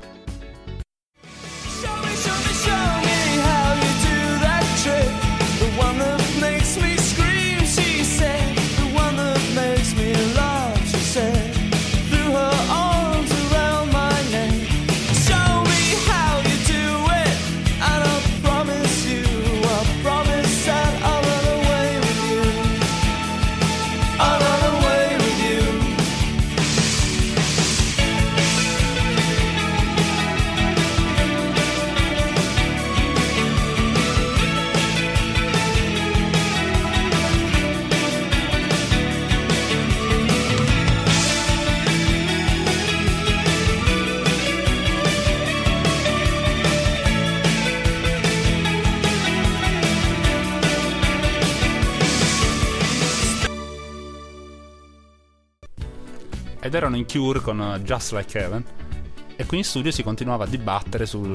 Show me how you do that trick. The one that makes me scream, she said. The one that makes me laugh, she said. Threw her arms around my neck. Show me how you do it, and I promise that I'll run away with you. I'll run away with you. Ed erano in Cure con Just Like Heaven. E qui in studio si continuava a dibattere sul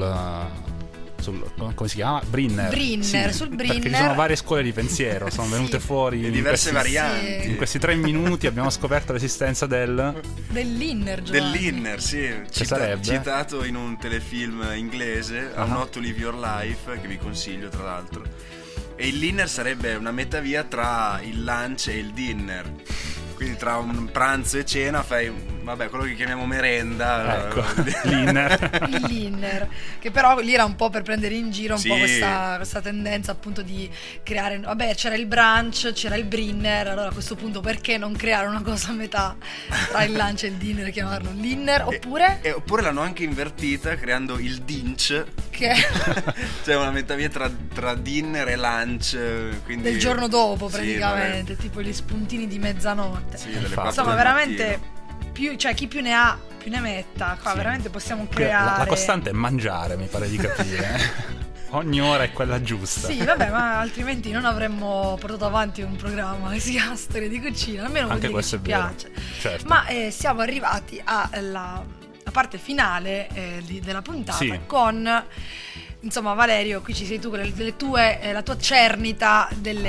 come si chiama? Brinner, sul Brinner. Perché ci sono varie scuole di pensiero, sono venute fuori e diverse varianti. In questi 3 minuti abbiamo scoperto l'esistenza dell'inner, sì, citato in un telefilm inglese, How Not to Live Your Life, che vi consiglio tra l'altro. E il linner sarebbe una metavia tra il lunch e il dinner. Quindi tra un pranzo e cena fai, quello che chiamiamo merenda. Ecco, il linner. Che però lì era un po' per prendere in giro un po' questa tendenza appunto di creare. C'era il brunch, c'era il brinner. Allora a questo punto perché non creare una cosa a metà tra il lunch e il dinner e chiamarlo linner? Oppure l'hanno anche invertita creando il dinch, che cioè una metavia tra dinner e lunch, quindi del giorno dopo praticamente, tipo gli spuntini di mezzanotte. Insomma, veramente chi più ne ha più ne metta. Qua veramente possiamo creare. La costante è mangiare, mi pare di capire. Ogni ora è quella giusta. Sì, ma altrimenti non avremmo portato avanti un programma che si chiama Storia di cucina. Almeno anche questo che ci piace. Certo. Ma siamo arrivati alla parte finale della puntata con. Insomma, Valerio, qui ci sei tu con la tua cernita delle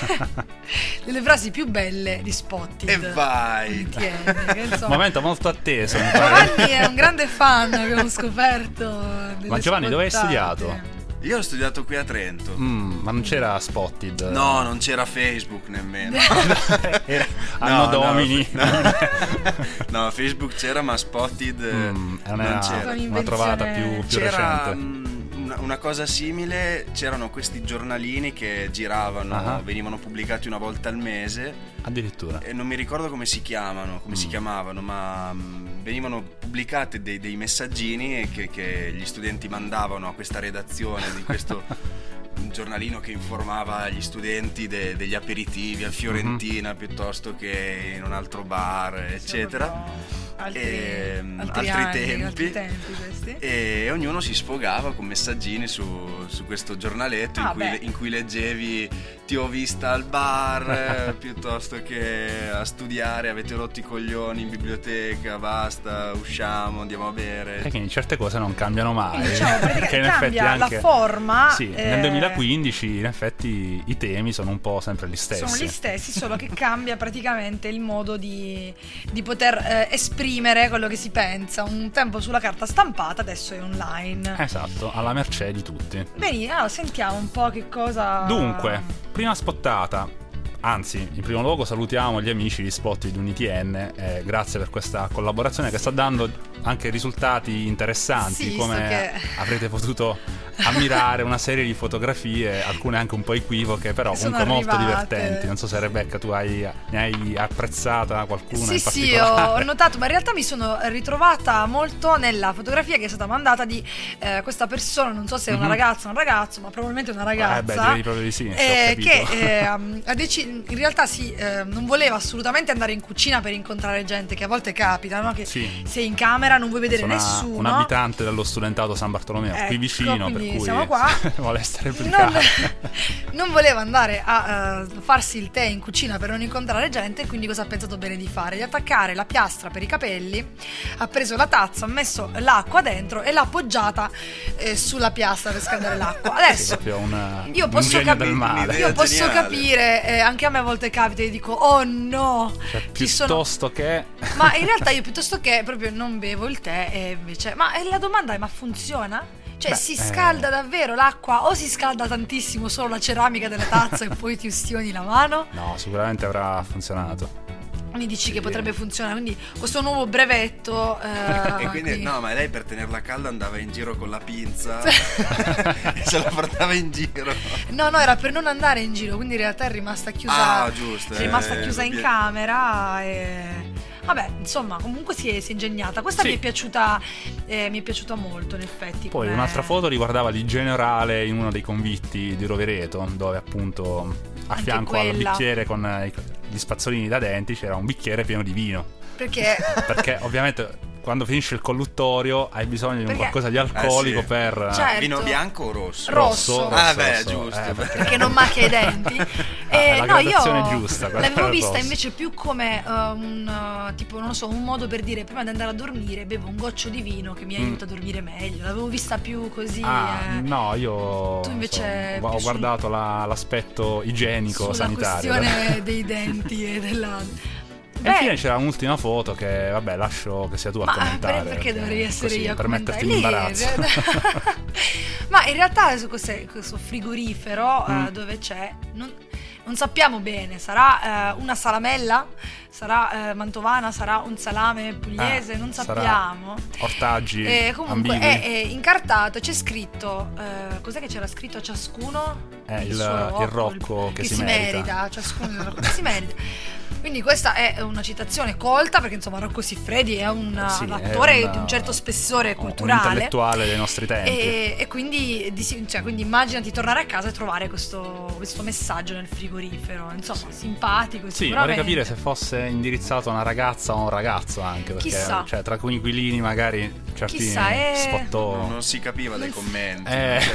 frasi più belle di Spotted. E vai! Momento molto atteso. Giovanni è un grande fan, abbiamo scoperto. Ma Giovanni, dove hai studiato? Io ho studiato qui a Trento. Ma non c'era Spotted? No, non c'era Facebook nemmeno. Anno Domini. No, Facebook c'era, ma Spotted non c'era. Una trovata più recente. Una cosa simile, c'erano questi giornalini che giravano, venivano pubblicati una volta al mese. Addirittura. E non mi ricordo come si chiamavano, ma venivano pubblicati dei messaggini che gli studenti mandavano a questa redazione di questo giornalino che informava gli studenti degli aperitivi al Fiorentina piuttosto che in un altro bar, eccetera. Altri tempi questi. E ognuno si sfogava con messaggini su questo giornaletto in cui leggevi ti ho vista al bar piuttosto che a studiare, avete rotto i coglioni in biblioteca, basta, usciamo, andiamo a bere. E quindi certe cose non cambiano mai. Perché in effetti anche la forma. Sì, nel 2015 in effetti i temi sono un po' sempre gli stessi. Sono gli stessi, solo che cambia praticamente il modo di poter esprimere quello che si pensa. Un tempo sulla carta stampata, adesso è online. Esatto, alla mercé di tutti. Bene, allora sentiamo un po' che cosa. Dunque, prima spottata. Anzi, in primo luogo salutiamo gli amici di Spot di UniTN, grazie per questa collaborazione che sta dando anche risultati interessanti, Sì, come che... avrete potuto ammirare una serie di fotografie, alcune anche un po' equivoche, però sono comunque molto arrivate. divertenti. Non so se Rebecca tu ne hai apprezzata qualcuna in Sì, particolare. ho notato, ma in realtà mi sono ritrovata molto nella fotografia che è stata mandata di questa persona, non so se è una ragazza o un ragazzo, ma probabilmente una ragazza. Direi proprio di sì, che ha deciso, in realtà non voleva assolutamente andare in cucina per incontrare gente, che a volte capita, no? Che Sì. sei in camera, non vuoi vedere nessuno. Un abitante dello studentato San Bartolomeo, qui vicino, per cui siamo qua. vuole essere replicata. Non voleva andare a farsi il tè in cucina per non incontrare gente, quindi cosa ha pensato bene di fare? Di attaccare la piastra per i capelli, ha preso la tazza, ha messo l'acqua dentro e l'ha appoggiata sulla piastra per scaldare l'acqua. Adesso io posso capire, anche a me a volte capita e dico oh no, cioè, piuttosto che ma in realtà io piuttosto che proprio non bevo il tè, e invece ma la domanda è: ma funziona? Cioè si scalda davvero l'acqua o si scalda tantissimo solo la ceramica della tazza e poi ti ustioni la mano? No, sicuramente avrà funzionato. Mi dici che potrebbe funzionare, quindi questo nuovo brevetto e quindi no, ma lei per tenerla calda andava in giro con la pinza e se la portava in giro. No, era per non andare in giro, quindi in realtà è rimasta chiusa. Giusto, è rimasta chiusa in camera e vabbè, insomma, comunque si è ingegnata. Questa mi è piaciuta molto, in effetti. Poi un'altra foto riguardava l'igiene orale in uno dei convitti di Rovereto, dove appunto a fianco al bicchiere con gli spazzolini da denti c'era un bicchiere pieno di vino. Perché ovviamente quando finisce il colluttorio hai bisogno di un qualcosa di alcolico per... Certo. Vino bianco o rosso? Rosso. Giusto. Perché non macchia i denti. La gradazione è giusta. L'avevo vista invece più come tipo, non lo so, un modo per dire: prima di andare a dormire bevo un goccio di vino che mi aiuta a dormire meglio. L'avevo vista più così. No, io tu invece ho guardato l'aspetto igienico sanitario. La questione dei denti e della... E infine c'era un'ultima foto che vabbè lascio che sia tu a commentare. Perché dovrei essere così, io a per commentare? metterti in imbarazzo. Ma in realtà questo frigorifero dove c'è non sappiamo bene, sarà una salamella, sarà mantovana, sarà un salame pugliese, non sappiamo. Ortaggi comunque ambigui. è incartato, c'è scritto cos'è che c'era scritto a ciascuno? Il rocco che si merita. Ciascuno il rocco che si merita. Quindi questa è una citazione colta, perché insomma Rocco Siffredi è un attore di un certo spessore culturale, un intellettuale dei nostri tempi, e quindi immaginati tornare a casa e trovare questo messaggio nel frigorifero, insomma simpatico. Sì, vorrei capire se fosse indirizzato a una ragazza o a un ragazzo, anche perché chissà. Cioè, tra coinquilini magari certi sfottò non si capiva dai commenti.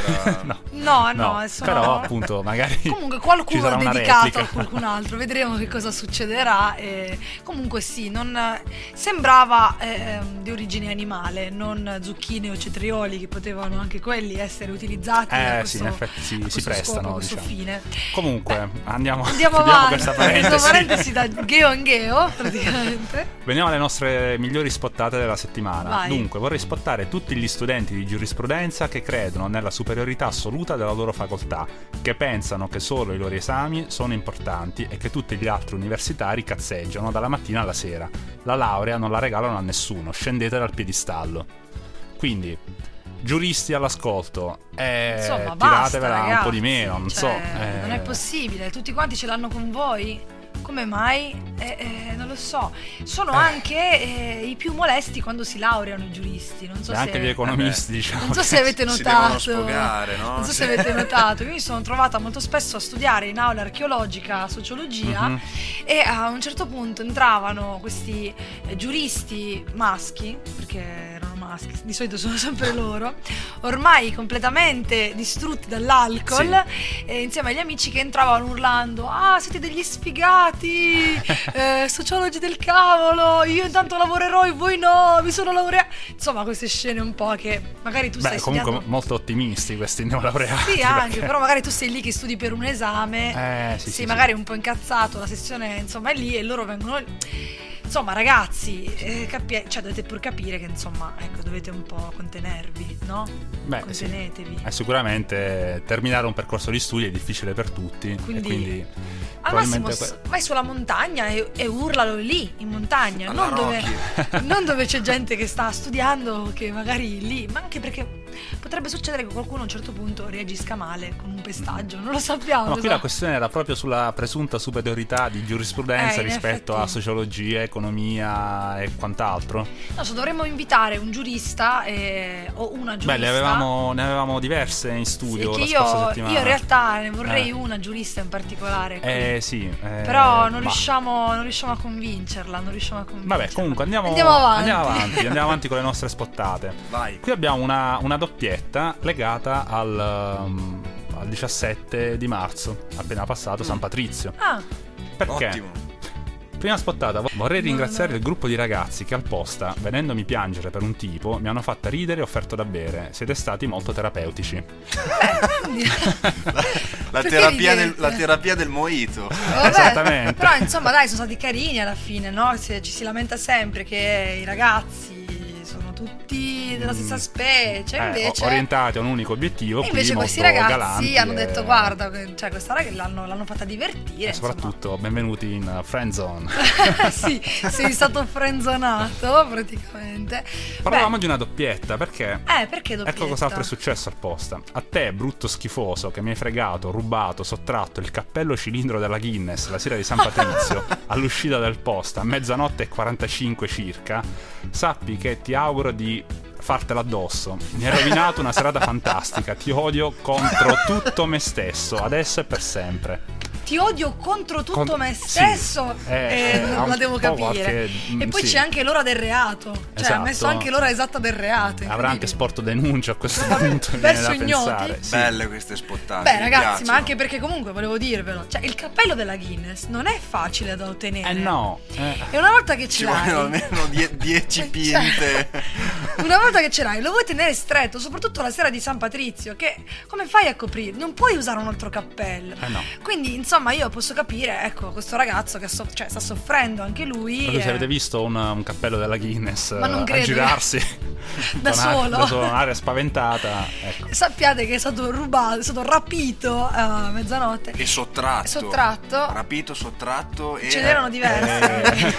No, però appunto magari comunque qualcuno ha dedicato a qualcun altro, vedremo che cosa succederà. Comunque sì, sembrava di origine animale, non zucchine o cetrioli, che potevano anche quelli essere utilizzati per questo, sì, in effetti si prestano, questo fine. Comunque andiamo avanti questa parentesi da Geo in Geo praticamente. Veniamo alle nostre migliori spottate della settimana. Vai. Dunque vorrei spottare tutti gli studenti di giurisprudenza che credono nella superiorità assoluta della loro facoltà, che pensano che solo i loro esami sono importanti e che tutti gli altri universitari cazzeggiano dalla mattina alla sera. La laurea non la regalano a nessuno, scendete dal piedistallo. Quindi giuristi all'ascolto, insomma, tiratevela basta, un po' di meno, non è possibile, tutti quanti ce l'hanno con voi. Come mai? Non lo so. Sono anche i più molesti quando si laureano i giuristi. Non so anche gli economisti, diciamo. Non so se avete notato. Si devono sfogare, no? Non so se avete notato. Io mi sono trovata molto spesso a studiare in aula archeologica, sociologia, e a un certo punto entravano questi giuristi maschi, perché erano maschi, di solito sono sempre loro, ormai completamente distrutti dall'alcol, insieme agli amici che entravano urlando: ah, siete degli sfigati, sociologi del cavolo, io intanto lavorerò e voi no, mi sono laureato. Insomma, queste scene un po' che magari tu stai comunque studiando... molto ottimisti questi neolaureati. Sì, anche, però magari tu sei lì che studi per un esame, sì, magari un po' incazzato, la sessione insomma è lì e loro vengono... insomma, ragazzi, cioè dovete pur capire che insomma, ecco, dovete un po' contenervi, no? Beh, contenetevi. Sì. Sicuramente terminare un percorso di studi è difficile per tutti. Quindi al massimo vai sulla montagna e urlalo lì in montagna, non dove c'è gente che sta studiando, che magari lì, ma anche perché potrebbe succedere che qualcuno a un certo punto reagisca male con un pestaggio, non lo sappiamo. No, qui la questione era proprio sulla presunta superiorità di giurisprudenza rispetto a sociologia, economia e quant'altro. No, dovremmo invitare un giurista o una giurista. Beh, ne avevamo diverse in studio la scorsa settimana. Io in realtà ne vorrei una giurista in particolare. Però non riusciamo a convincerla, Vabbè, comunque andiamo avanti con le nostre spottate. Vai. Qui abbiamo una doppietta legata al 17 di marzo, appena passato, San Patrizio. Perché? Ottimo. Prima spottata, vorrei ringraziare il gruppo di ragazzi che al posta, vedendomi piangere per un tipo, mi hanno fatta ridere e offerto da bere. Siete stati molto terapeutici. La terapia del mojito. Vabbè, esattamente. Però insomma dai, sono stati carini alla fine, no? Ci si lamenta sempre che i ragazzi sono tutti della stessa specie, invece orientati a un unico obiettivo. Invece questi ragazzi hanno detto guarda, cioè questa raga l'hanno fatta divertire. E soprattutto benvenuti in friend zone. Sì, sei stato friendzonato praticamente. Parlavamo di una doppietta, perché? Perché doppietta? Ecco cos'altro è successo al posta. A te, brutto schifoso, che mi hai fregato, rubato, sottratto il cappello cilindro della Guinness la sera di San Patrizio all'uscita del posta a 00:45 circa, sappi che ti auguro di fartela addosso. Mi hai rovinato una serata fantastica. Ti odio contro tutto me stesso, adesso e per sempre. Ti odio contro tutto me stesso. Non la devo capire. E poi c'è anche l'ora del reato. Cioè esatto. ha messo anche l'ora esatta del reato. Avrà anche sporto denuncia a questo punto. Verso ignoti. Belle queste spottate. Beh ragazzi, ma anche perché comunque volevo dirvelo, cioè il cappello della Guinness non è facile da ottenere. No. E una volta che ci l'hai, vogliono almeno 10 pinte. Una volta che ce l'hai, lo vuoi tenere stretto, soprattutto la sera di San Patrizio, che come fai a coprire? Non puoi usare un altro cappello. No. Quindi insomma io posso capire, ecco, questo ragazzo che sta soffrendo anche lui. Se avete visto un cappello della Guinness a girarsi da solo un'aria spaventata, ecco. Sappiate che è stato rubato, è stato rapito a mezzanotte e sottratto. Rapito, sottratto e ce n'erano diversi.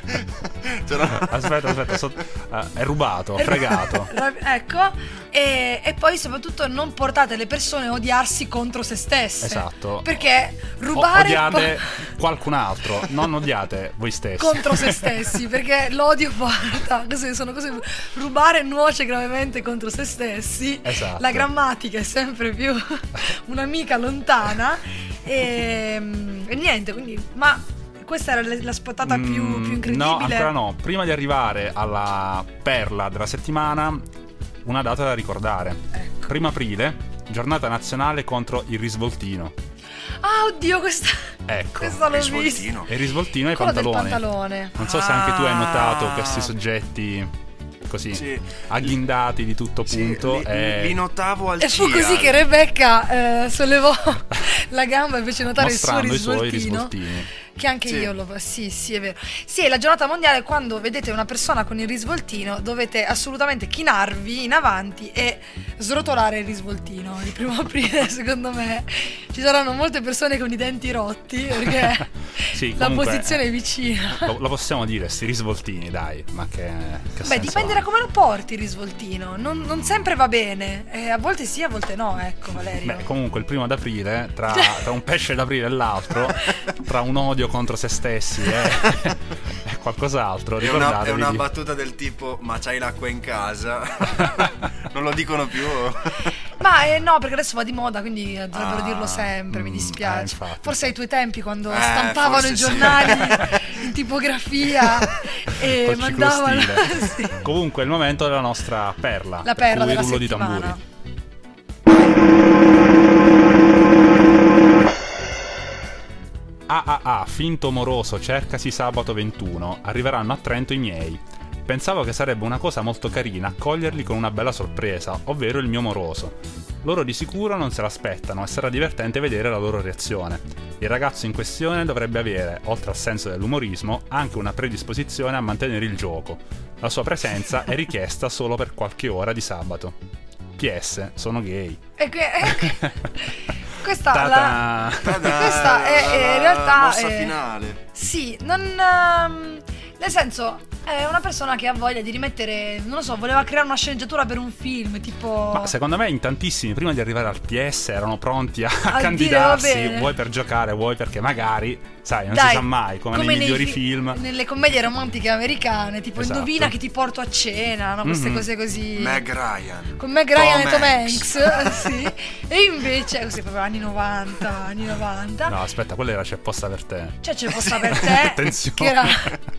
Aspetta, è rubato, fregato. Ecco. E poi soprattutto non portate le persone a odiarsi contro se stesse. Esatto. Perché rubare odiate qualcun altro, non odiate voi stessi contro se stessi, perché l'odio porta, sono cose, rubare nuoce gravemente contro se stessi. Esatto. La grammatica è sempre più un'amica lontana e niente, quindi ma questa era la spottata più incredibile. No, ancora no. Prima di arrivare alla perla della settimana, una data da ricordare. Ecco. 1 aprile, giornata nazionale contro il risvoltino. Ah, oddio, questa l'ho vista. E il risvoltino è il pantalone. Non so se anche tu hai notato questi soggetti così agghindati di tutto punto. Li notavo al CIA. E fu così che Rebecca sollevò la gamba e fece notare mostrando il suo i suoi risvoltino. risvoltini. Che anche io sì, è vero. Sì, è la giornata mondiale. Quando vedete una persona con il risvoltino dovete assolutamente chinarvi in avanti e srotolare il risvoltino. Il 1 aprile, secondo me, ci saranno molte persone con i denti rotti perché la posizione è vicina. Lo possiamo dire, sti risvoltini, dai. Ma che dipende da come lo porti il risvoltino. Non sempre va bene. A volte sì, a volte no, ecco, Valerio. Beh, comunque il 1 aprile, tra un pesce d'aprile e l'altro, tra un odio contro se stessi e qualcos'altro, è una battuta del tipo: ma c'hai l'acqua in casa? Non lo dicono più. Ma no, perché adesso va di moda, quindi dovrebbero dirlo sempre. Mi dispiace. Forse ai tuoi tempi, quando stampavano i giornali in tipografia e mandavano. Sì. Comunque è il momento della nostra perla. La perla della rullo settimana. Di tamburi. Finto moroso, cercasi sabato 21. Arriveranno a Trento i miei. Pensavo che sarebbe una cosa molto carina accoglierli con una bella sorpresa, ovvero il mio moroso. Loro di sicuro non se l'aspettano e sarà divertente vedere la loro reazione. Il ragazzo in questione dovrebbe avere, oltre al senso dell'umorismo, anche una predisposizione a mantenere il gioco. La sua presenza è richiesta solo per qualche ora di sabato. PS, sono gay. Questa Questa è in realtà mossa finale. Sì, nel senso, è una persona che ha voglia di rimettere, non lo so, voleva creare una sceneggiatura per un film, tipo... Ma secondo me in tantissimi, prima di arrivare al PS, erano pronti a dire, candidarsi, va bene. vuoi per giocare, vuoi perché magari, sai, non Dai, si sa mai, come nei migliori film. Nelle commedie romantiche americane, tipo Esatto. Indovina che ti porto a cena, no? Queste cose così. Meg Ryan. Con Meg Ryan Tom e Tom Hanks. Hanks, sì. E invece, così proprio anni 90. No, aspetta, quella era C'è posta per te. Cioè c'è posta per te. Attenzione. Che era...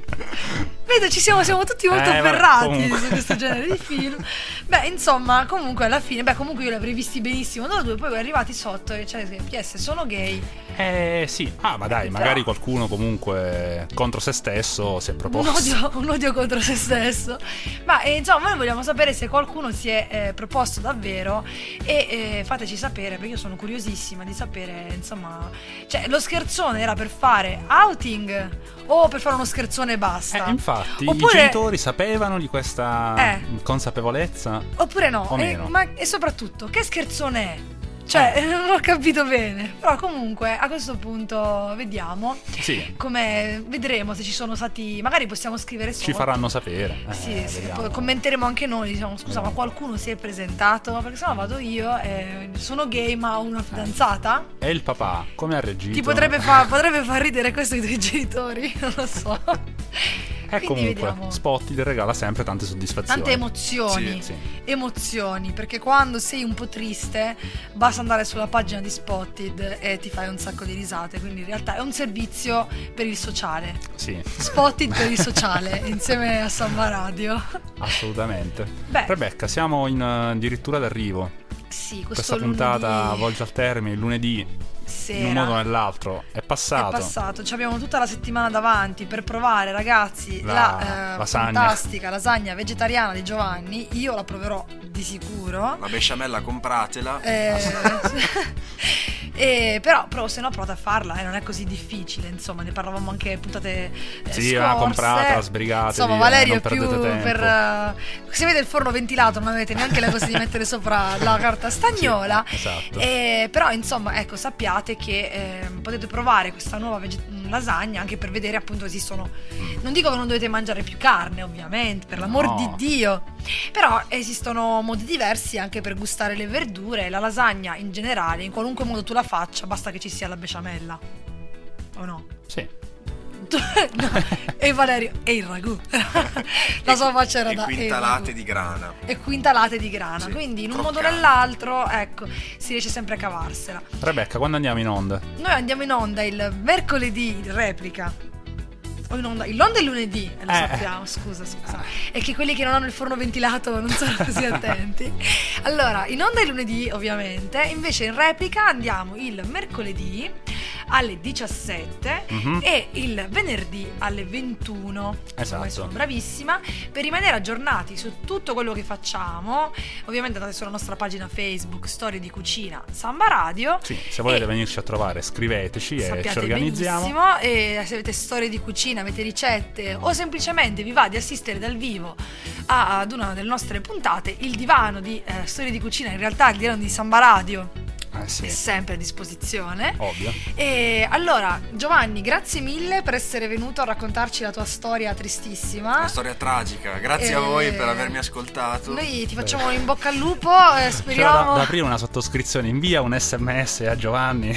Vedo, siamo tutti molto vabbè, afferrati comunque. su questo genere di film. Beh, insomma, comunque alla fine, comunque io li avrei visti benissimo loro due, poi arrivati sotto e cioè PS sono gay. Sì. Ah, ma dai, magari qualcuno comunque contro se stesso si è proposto. Un odio contro se stesso. Ma insomma, noi vogliamo sapere se qualcuno si è proposto davvero e fateci sapere, perché io sono curiosissima di sapere, insomma, cioè lo scherzone era per fare outing o per fare uno scherzone e basta? Infatti, Oppure... i genitori sapevano di questa consapevolezza? Oppure no? O meno? E soprattutto, che scherzone è? Cioè, non ho capito bene. Però comunque a questo punto vediamo. Sì. Come vedremo se ci sono stati. Magari possiamo scrivere sotto. Ci faranno sapere. Sì, vediamo. poi commenteremo anche noi. Diciamo, scusa, ma qualcuno si è presentato? Perché sennò vado io e sono gay ma ho una fidanzata. E il papà, come ha reagito? Ti potrebbe far ridere questo ai tuoi genitori? Non lo so. E comunque, vediamo. Spotted regala sempre tante soddisfazioni. Tante emozioni. Sì. Emozioni, perché quando sei un po' triste basta andare sulla pagina di Spotted e ti fai un sacco di risate. Quindi in realtà è un servizio per il sociale. Sì. Spotted per il sociale insieme a Samba Radio. Assolutamente. Beh. Rebecca, siamo addirittura d'arrivo. Sì, Questa puntata lunedì volge al termine il lunedì. sera. In un modo o nell'altro è passato. Ci abbiamo tutta la settimana davanti per provare, ragazzi, la lasagna. fantastica lasagna vegetariana di Giovanni. Io la proverò di sicuro. La besciamella compratela. Però se no provate a farla, non è così difficile. Insomma, ne parlavamo anche puntate sì, scorse. la comprata, sbrigatevi. Insomma, Valerio è non più perdete tempo. per se avete il forno ventilato non avete neanche la cosa di mettere sopra la carta stagnola. Sì, esatto. Però insomma, ecco, sappiate che potete provare questa nuova lasagna anche per vedere, appunto, esistono. Non dico che non dovete mangiare più carne, ovviamente, per l'amor di Dio. Però esistono modi diversi anche per gustare le verdure. La lasagna in generale, in qualunque modo tu la faccia, basta che ci sia la besciamella. O no? Sì. No. E Valerio e il ragù. La sua faccia era da quintalate di grana. E quintalate di grana. Sì, Quindi in un croccanti. modo o nell'altro, ecco, si riesce sempre a cavarsela. Rebecca, quando andiamo in onda? Noi andiamo in onda il mercoledì in replica. O in onda. Il onda è lunedì, lo sappiamo, scusa. È che quelli che non hanno il forno ventilato non sono così attenti. Allora, in onda è lunedì, ovviamente. Invece in replica andiamo il mercoledì alle 17 e il venerdì alle 21. Esatto. Ormai sono bravissima. Per rimanere aggiornati su tutto quello che facciamo, ovviamente andate sulla nostra pagina Facebook Storie di Cucina Samba Radio. Sì, se volete venirci a trovare, scriveteci e sappiate ci organizziamo. benissimo. E se avete storie di cucina, avete ricette o semplicemente vi va di assistere dal vivo ad una delle nostre puntate, il divano di Storie di Cucina, in realtà il divano di Samba Radio Sì. è sempre a disposizione. Ovvio. E allora, Giovanni, grazie mille per essere venuto a raccontarci la tua storia tristissima. Una storia tragica. Grazie a voi per avermi ascoltato. Noi ti facciamo in bocca al lupo, C'era speriamo. da aprire una sottoscrizione, invia un SMS a Giovanni,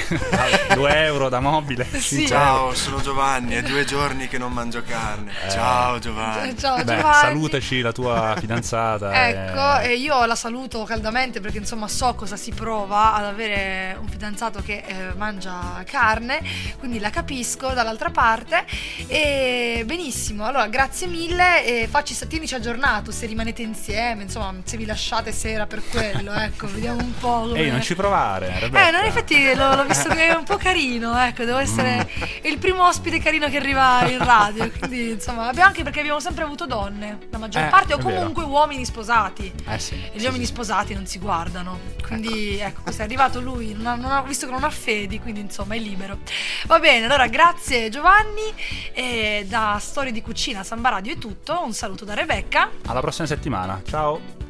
2 euro da mobile. Sì. Ciao, sono Giovanni, è 2 giorni che non mangio carne. Ciao Giovanni. Ciao Beh, Giovanni. salutaci la tua fidanzata. Ecco, e io la saluto caldamente perché insomma so cosa si prova ad avere avere un fidanzato che mangia carne, quindi la capisco dall'altra parte. E benissimo, allora grazie mille e tienici aggiornato se rimanete insieme, insomma, se vi lasciate sera per quello, ecco, vediamo un po'. Ehi, non ci provare, Rebecca. No, in effetti l'ho visto che è un po' carino, ecco, devo essere il primo ospite carino che arriva in radio, quindi insomma, anche perché abbiamo sempre avuto donne, la maggior parte, o comunque uomini sposati. Sì. E gli uomini sposati non si guardano, quindi ecco, questo è arrivato lui, visto che non ha fedi, quindi insomma è libero. Va bene, allora grazie Giovanni, da Storie di Cucina Samba Radio è tutto, un saluto da Rebecca. Alla prossima settimana, ciao.